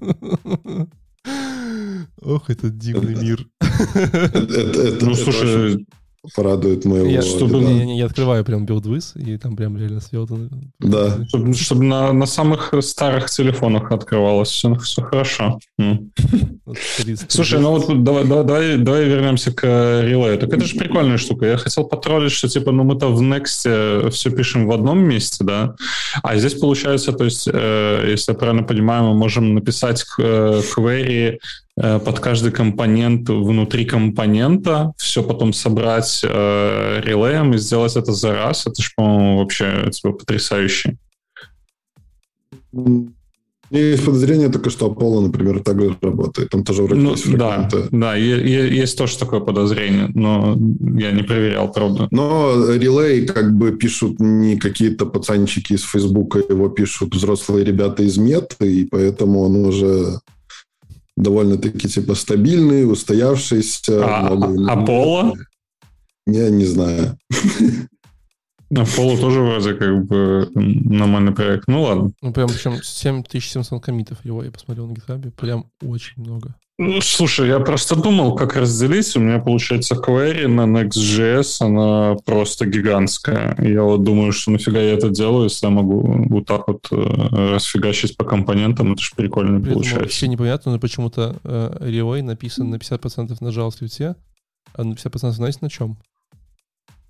Ох, это дивный мир. Ну, слушай... Порадует моего... Я, чтобы, да. я, я открываю прям BuildWiz, и там прям реально Svelte. Да. Чтобы, чтобы на, на самых старых телефонах открывалось все, все хорошо. Mm. Слушай, ну вот давай, давай, давай вернемся к Relay. Так это же прикольная штука. Я хотел потроллить, что типа, ну мы-то в Next все пишем в одном месте, да, а здесь получается, то есть, э, если я правильно понимаю, мы можем написать э, query под каждый компонент внутри компонента, все потом собрать э, релеем и сделать это за раз. Это же, по-моему, вообще типа потрясающе. Есть подозрение только, что Apollo, например, так же работает. Там тоже вроде ну, есть фрагменты. Да, да, есть тоже такое подозрение, но я не проверял, правда. Но Relay как бы пишут не какие-то пацанчики из Фейсбука, его пишут взрослые ребята из Меты, и поэтому он уже... довольно-таки типа стабильный, устоявшийся. А Apollo? Я не знаю. Apollo тоже вроде как бы нормальный проект. Ну ладно. Ну прям причем семь тысяч семьсот коммитов его я посмотрел на GitHub. Прям очень много. Слушай, я просто думал, как разделить. У меня получается query на Next.js, она просто гигантская. Я вот думаю, что нафига я это делаю, если я могу вот так вот расфигачить по компонентам. Это же прикольно При получается. Вообще непонятно, но почему-то э, Relay написан на пятьдесят процентов на JavaScript, а на пятьдесят процентов знаете на чем?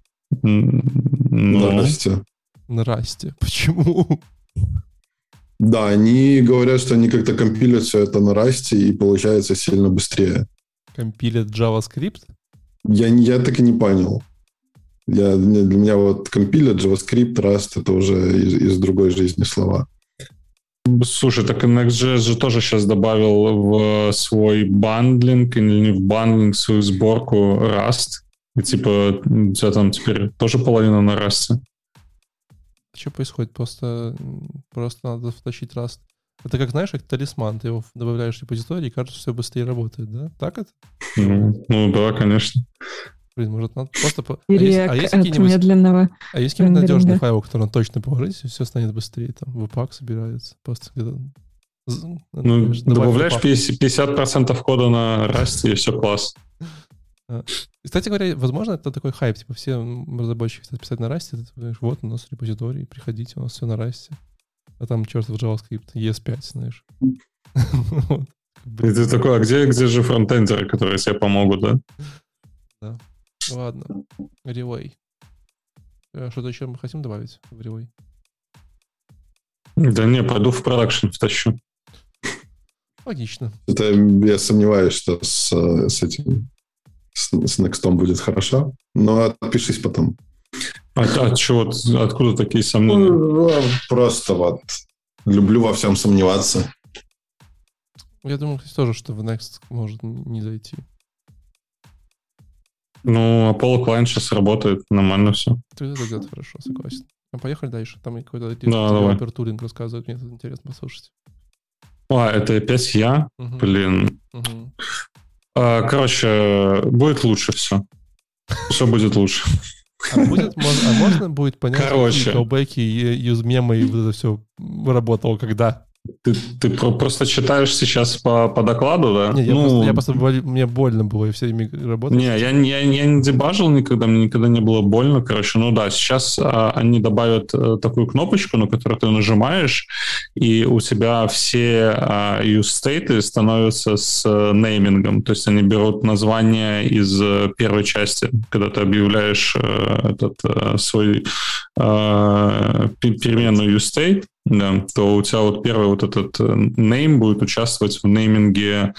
Ну, на расте. На расте. Почему? Да, они говорят, что они как-то компилят все это на расте, и получается сильно быстрее. Компилят JavaScript? Я, я так и не понял. Я, для меня вот компилят, JavaScript, Rust — это уже из, из другой жизни слова. Слушай, так Next.js же тоже сейчас добавил в свой бандлинг, или не в бандлинг, свою сборку Rust. И типа у тебя там теперь тоже половина на Rust. Что происходит? Просто, просто надо втащить Rust. Это как, знаешь, как талисман. Ты его добавляешь в репозиторий, и кажется, что все быстрее работает, да? Так это? Ну, ну да, конечно. Блин, может, надо просто... По... А есть, а есть какие-нибудь, медленного а есть какие-нибудь надежные файлы, которые надо точно положить, и все станет быстрее. Там веб-пак собирается. Просто где-то... Ну, знаешь, добавляешь пятьдесят процентов кода на Rust, и все, класс. Кстати говоря, возможно, это такой хайп. Типа все разработчики хотят писать на Rust, ты говоришь, вот у нас репозиторий, приходите, у нас все на Rust. А там чертов JavaScript, и эс пять, знаешь. И ты такой, а где, где же фронтендеры, которые тебе помогут, да? Да. Ладно. Relay. Что-то еще мы хотим добавить в Relay? Да не, пойду в продакшн втащу. Логично. Это я сомневаюсь, что с, с этим с, с Next будет хорошо, но отпишись потом. А, а чего? Откуда такие сомнения? Ну, просто вот люблю во всем сомневаться. Я думаю, кстати, тоже, что в Next может не зайти. Ну, Apollo Client сейчас работает, нормально все. Это идет хорошо, согласен. А поехали дальше. Там и какой-то да, Тулинг рассказывает, мне это интересно послушать. А, это опять я? Угу. Блин. Угу. А, короче, будет лучше все. Все будет лучше. А, будет, а можно будет понять, короче. какие колбеки, юзмемы и вот это все работало когда? Ты, ты просто читаешь сейчас по, по докладу, да? Не, я, ну, просто, я просто, мне больно было, и все ими работать. Не, я, я, я не дебажил никогда, мне никогда не было больно, короче. Ну да, сейчас а, они добавят а, такую кнопочку, на которую ты нажимаешь, и у тебя все а, use-state становятся с а, неймингом, то есть они берут название из а, первой части, когда ты объявляешь а, этот а, свой а, переменную use-state, да, то у тебя вот первый вот этот name будет участвовать в нейминге,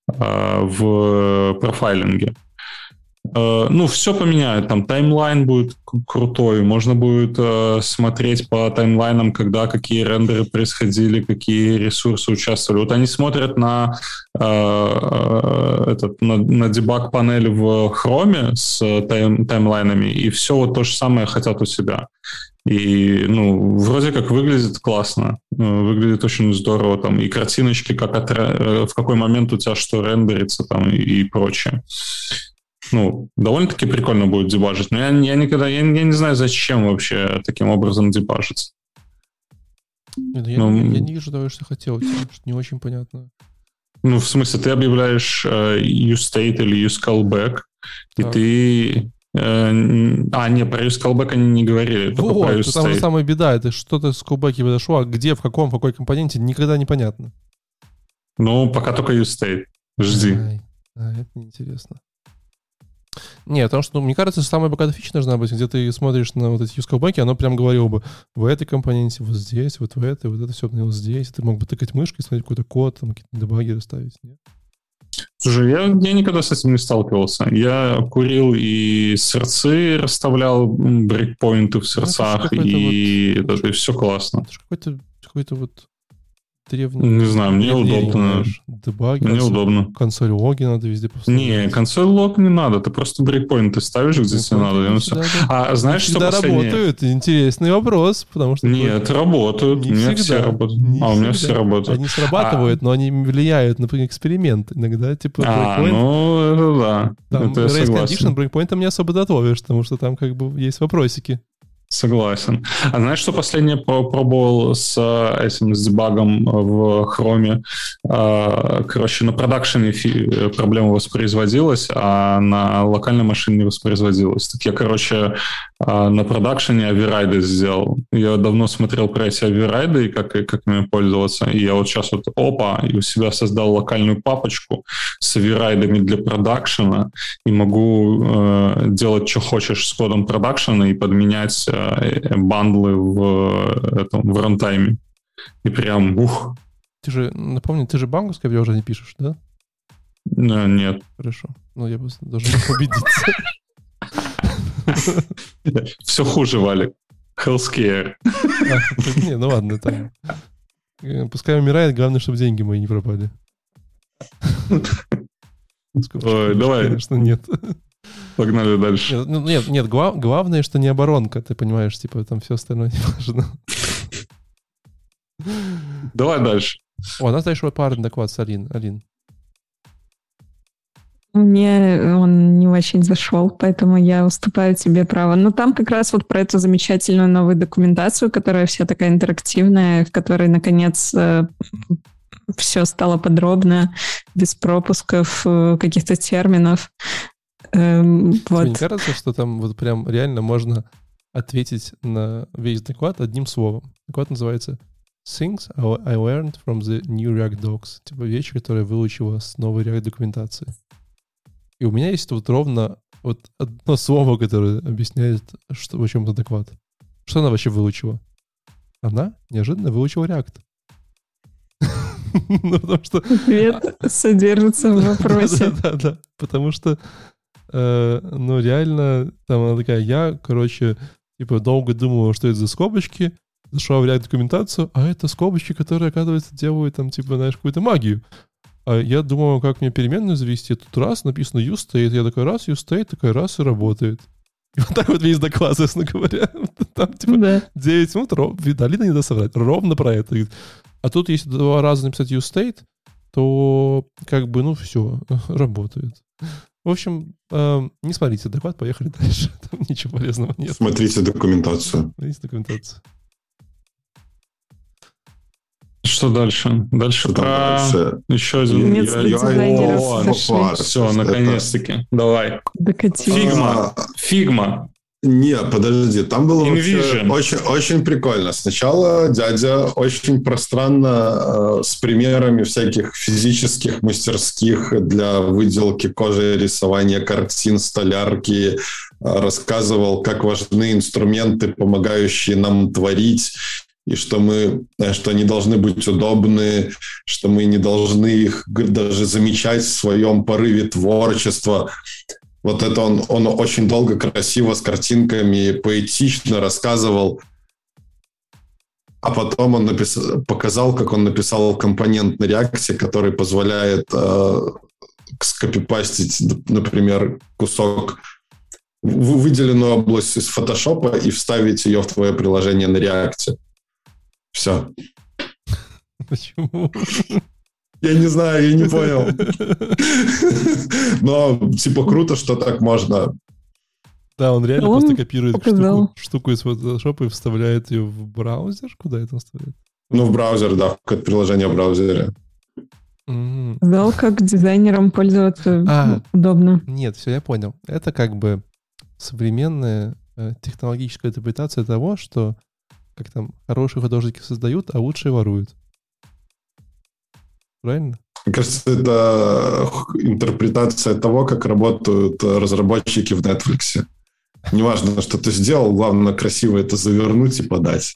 в профайлинге. Ну, все поменяют. Там таймлайн будет крутой. Можно будет смотреть по таймлайнам, когда какие рендеры происходили, какие ресурсы участвовали. Вот они смотрят на, этот, на, на дебаг-панель в Chrome с тайм, таймлайнами, и все вот то же самое хотят у себя. И, ну, вроде как выглядит классно, выглядит очень здорово, там, и картиночки, как от, в какой момент у тебя что рендерится, там, и, и прочее. Ну, довольно-таки прикольно будет дебажить, но я, я никогда, я, я не знаю, зачем вообще таким образом дебажить. Нет, я, ну, я, я не вижу того, что хотел, что не очень понятно. Ну, в смысле, ты объявляешь uh, useState или useCallback, и ты... А, не, про use callback они не говорили. Вот, про это там же самая беда. Это что-то с callback подошло, а где, в каком, в какой компоненте, никогда непонятно. Ну, пока только use state. Жди. Ай, а, это неинтересно. Нет, потому что, ну, мне кажется, самая богатая фича должна быть, где ты смотришь на вот эти use callback, оно прям говорило бы в этой компоненте, вот здесь, вот в этой, вот это все вот здесь. Ты мог бы тыкать мышкой, смотреть какой-то код, там какие-то дебаггеры ставить. Нет? Слушай, я, я никогда с этим не сталкивался. Я курил и сердцы расставлял, брейкпоинты в сердцах, ну, и, вот, это, и все классно. Это же какой-то, какой-то вот древний... Не знаю, мне удобно. Дебаггер, мне консоль, удобно. Консоль логи надо везде поставить. Не, консоль лог не надо, ты просто брейкпоинты ставишь, где тебе надо. И все. А знаешь, что последнее? Работают, интересный вопрос, потому что... Нет, работают, у меня все работают. А, у меня все работают. Они срабатывают, а... но они влияют на эксперимент иногда, типа... А, ну, это да. Там это race condition брейкпоинтом не особо дотловишь, потому что там как бы есть вопросики. Согласен. А знаешь, что последнее пробовал с этим, с дебагом в Chrome? Короче, на продакшене проблема воспроизводилась, а на локальной машине не воспроизводилась. Так я, короче, на продакшене оверрайды сделал. Я давно смотрел про эти оверрайды и как, и как ими пользоваться. И я вот сейчас вот опа, и у себя создал локальную папочку с оверрайдами для продакшена и могу э, делать, что хочешь с кодом продакшена и подменять бандлы в, этом, в рантайме. И прям ух. Ты же, напомни, ты же банковское приложение не пишешь, да? No, нет. Хорошо. Ну, я просто должен убедиться. Все хуже, Валик. Healthcare. Не, ну ладно, там. Пускай умирает, главное, чтобы деньги мои не пропали. Ой, давай. Конечно, нет. Погнали дальше. Нет, ну, нет, нет глав, главное, что не оборонка, ты понимаешь, типа там все остальное не важно. Давай дальше. О, у нас дальше парный доклад с Алин. Алин. Мне он не очень зашел, поэтому я уступаю тебе право. Но там как раз вот про эту замечательную новую документацию, которая вся такая интерактивная, в которой, наконец, все стало подробно, без пропусков, каких-то терминов. Эм, Тебе вот. не кажется, что там вот прям реально можно ответить на весь доклад одним словом? Доклад называется Things I learned from the new React Docs. Типа вещи, которые выучила с новой React документации. И у меня есть вот ровно вот одно слово, которое объясняет, что, о чем это доклад. Что она вообще выучила? Она неожиданно выучила React. Ну, потому что... Ответ содержится в вопросе. Да-да-да, потому что ну, реально, там она такая, я, короче, типа, долго думала, что это за скобочки, зашла в React документацию, а это скобочки, которые, оказывается, делают там, типа, знаешь, какую-то магию. А я думала, как мне переменную завести. Тут раз написано useState, я такой раз useState, такой раз и работает. И вот так вот весь доклад, собственно говоря. Там, типа, да. девять минут, ров... Алина не даст соврать, ровно про это. А тут, если два раза написать useState, то, как бы, ну, все, работает. В общем, э, не смотрите доклад, поехали дальше. Там ничего полезного нет. Смотрите документацию. Смотрите документацию. Что дальше? Дальше Что про дальше? еще один ю ай. Все, наконец-таки. Давай. Фигма. Фигма. Не, подожди, там было вообще очень, очень прикольно. Сначала дядя очень пространно э, с примерами всяких физических мастерских для выделки кожи, рисования картин, столярки, э, рассказывал, как важны инструменты, помогающие нам творить, и что мы, что они должны быть удобны, что мы не должны их даже замечать в своем порыве творчества. Вот это он, он очень долго, красиво, с картинками, поэтично рассказывал. А потом он написал, показал, как он написал компонент на React, который позволяет э, скопипастить, например, кусок, выделенную область из Photoshop и вставить ее в твое приложение на React. Все. Почему? Я не знаю, я не понял. Но, типа, круто, что так можно. Да, он реально он просто копирует штуку, показал. штуку из Photoshop и вставляет ее в браузер. Куда это он вставляет? Ну, в браузер, да, в приложение в браузере. Mm-hmm. Сказал, как дизайнерам пользоваться А, удобно. Нет, все, я понял. Это как бы современная э, технологическая интерпретация того, что как там хорошие художники создают, а лучшие воруют. Правильно? Мне кажется, это интерпретация того, как работают разработчики в Netflix. Неважно, что ты сделал, главное красиво это завернуть и подать.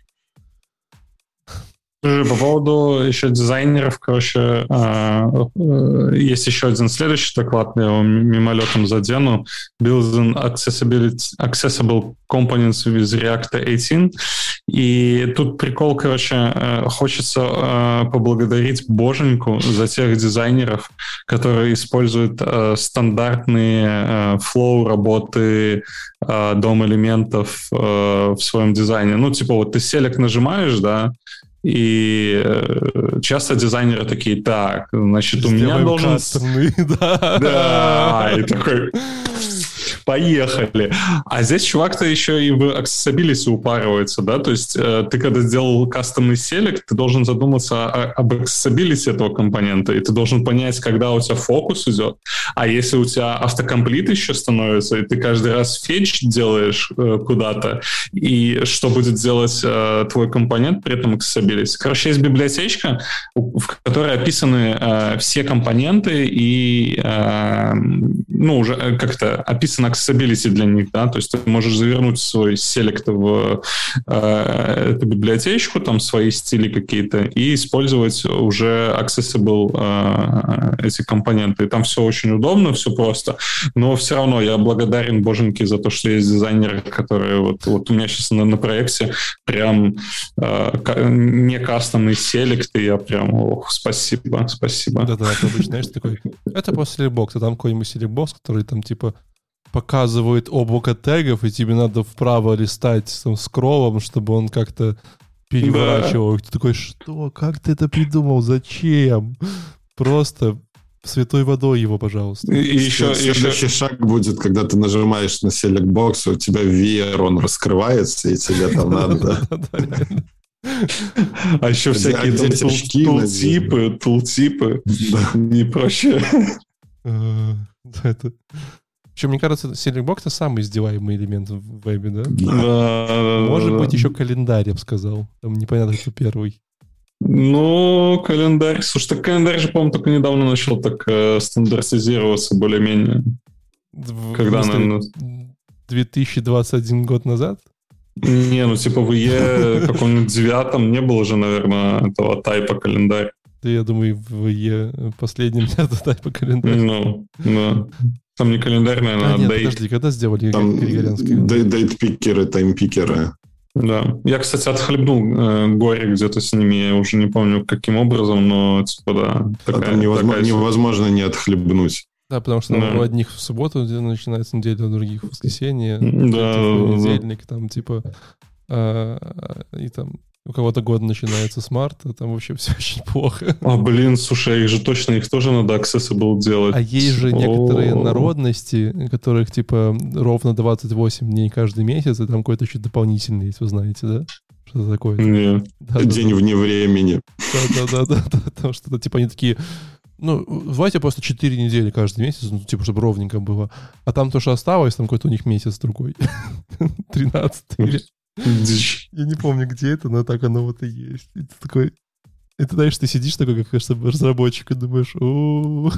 По поводу еще дизайнеров, короче, есть еще один следующий доклад, я его мимолетом задену. Building accessibility, accessible components with React восемнадцать. И тут прикол, короче, хочется поблагодарить боженьку за тех дизайнеров, которые используют стандартные флоу работы дом элементов в своем дизайне. Ну, типа, вот ты селек нажимаешь, да, и часто дизайнеры такие, так, значит, у меня должен... Кастомный, да. Да, и такой... поехали. А здесь чувак-то еще и в accessibility упарывается, да, то есть э, ты когда сделал кастомный селект, ты должен задуматься о, об accessibility этого компонента, и ты должен понять, когда у тебя фокус идет. А если у тебя автокомплит еще становится, и ты каждый раз фетч делаешь э, куда-то, и что будет делать э, твой компонент при этом accessibility? Короче, есть библиотечка, в которой описаны э, все компоненты и э, ну, уже как-то описано accessibility для них, да, то есть ты можешь завернуть свой селект в э, эту библиотечку, там свои стили какие-то, и использовать уже accessible э, эти компоненты. И там все очень удобно, все просто, но все равно я благодарен боженьке за то, что есть дизайнеры, которые вот, вот у меня сейчас на, на проекте прям э, не кастомный селект, и я прям, ох, спасибо, спасибо. Да-да, ты обычно, знаешь, такой, это после бокса, там какой-нибудь селект-бокс, который там типа показывает облако тегов, и тебе надо вправо листать там, скроллом, чтобы он как-то переворачивал. Да. И ты такой, что? Как ты это придумал? Зачем? Просто святой водой его, пожалуйста. И, и еще, следующий еще... шаг будет, когда ты нажимаешь на Select Box, у тебя ви ар, он раскрывается, и тебе там надо... А еще всякие тултипы, тултипы, не проще. Это... Причем, мне кажется, Select Box — это самый издеваемый элемент в вебе, да? Да. Может быть, еще календарь, я бы сказал. Там непонятно, кто первый. Ну, календарь... Слушай, так календарь же, по-моему, только недавно начал так э, стандартизироваться более-менее. В, Когда, в наверное... две тысячи двадцать один год назад? Не, ну типа в ИЕ каком-нибудь девятом не было же, наверное, этого тайпа календарь. Да, я думаю, в ИЕ последнем нет тайпа календарь. Ну, да. Там не календарь, наверное, а, а нет, дейт. подожди, когда сделали григорианский календарь? Дейт-пикеры, тайм-пикеры. Да. Я, кстати, отхлебнул э, горе где-то с ними, я уже не помню, каким образом, но типа, да. Такая, а там невозможно, такая... невозможно не отхлебнуть. Да, потому что да. у одних в субботу начинается неделя, у других в воскресенье, да, в понедельник, там типа, а, и там у кого-то год начинается с марта, там вообще все очень плохо. А, блин, слушай, их же точно, их тоже надо accessible делать. А есть же некоторые народности, которых типа ровно двадцать восемь дней каждый месяц, и там какой-то еще дополнительный есть, вы знаете, да? Что-то такое. Нет. Да, День да, вне времени. Да-да-да, там что-то типа они такие... Ну, давайте просто четыре недели каждый месяц, ну, типа, чтобы ровненько было. А там то, что осталось, там какой-то у них месяц другой. тринадцатый. Я не помню, где это, но так оно вот и есть. И ты такой... И ты знаешь, ты сидишь такой, как разработчик, и думаешь, о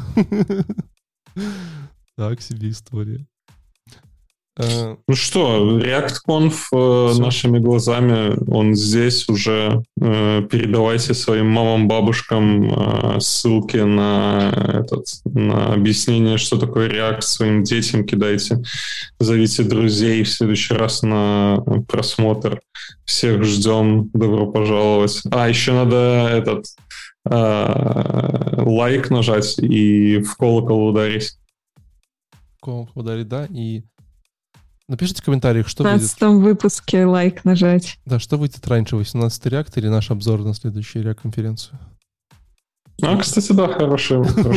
так себе история. Ну что, ReactConf э, нашими глазами, он здесь уже. Э, передавайте своим мамам, бабушкам э, ссылки на, этот, на объяснение, что такое React, своим детям кидайте. Зовите друзей в следующий раз на просмотр. Всех ждем, добро пожаловать. А, еще надо этот э, лайк нажать и в колокол ударить. В колокол ударить, да, и напишите в комментариях, что выйдет. В пятнадцатом выпуске лайк нажать. Да, что выйдет раньше, восемнадцатый React или наш обзор на следующую React-конференцию? А, кстати, да, хороший.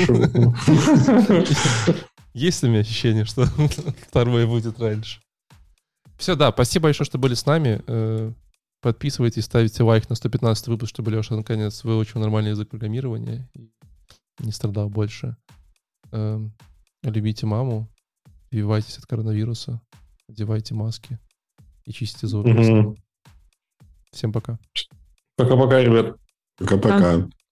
Есть у меня ощущение, что второе будет раньше. Все, да, спасибо большое, что были с нами. Подписывайтесь, ставите лайк на сто пятнадцатый выпуск, чтобы Леша наконец выучил нормальный язык программирования и не страдал больше. Любите маму, прививайтесь от коронавируса. Одевайте маски и чистите зубы. Mm-hmm. Всем пока. Пока-пока, ребят. Пока-пока.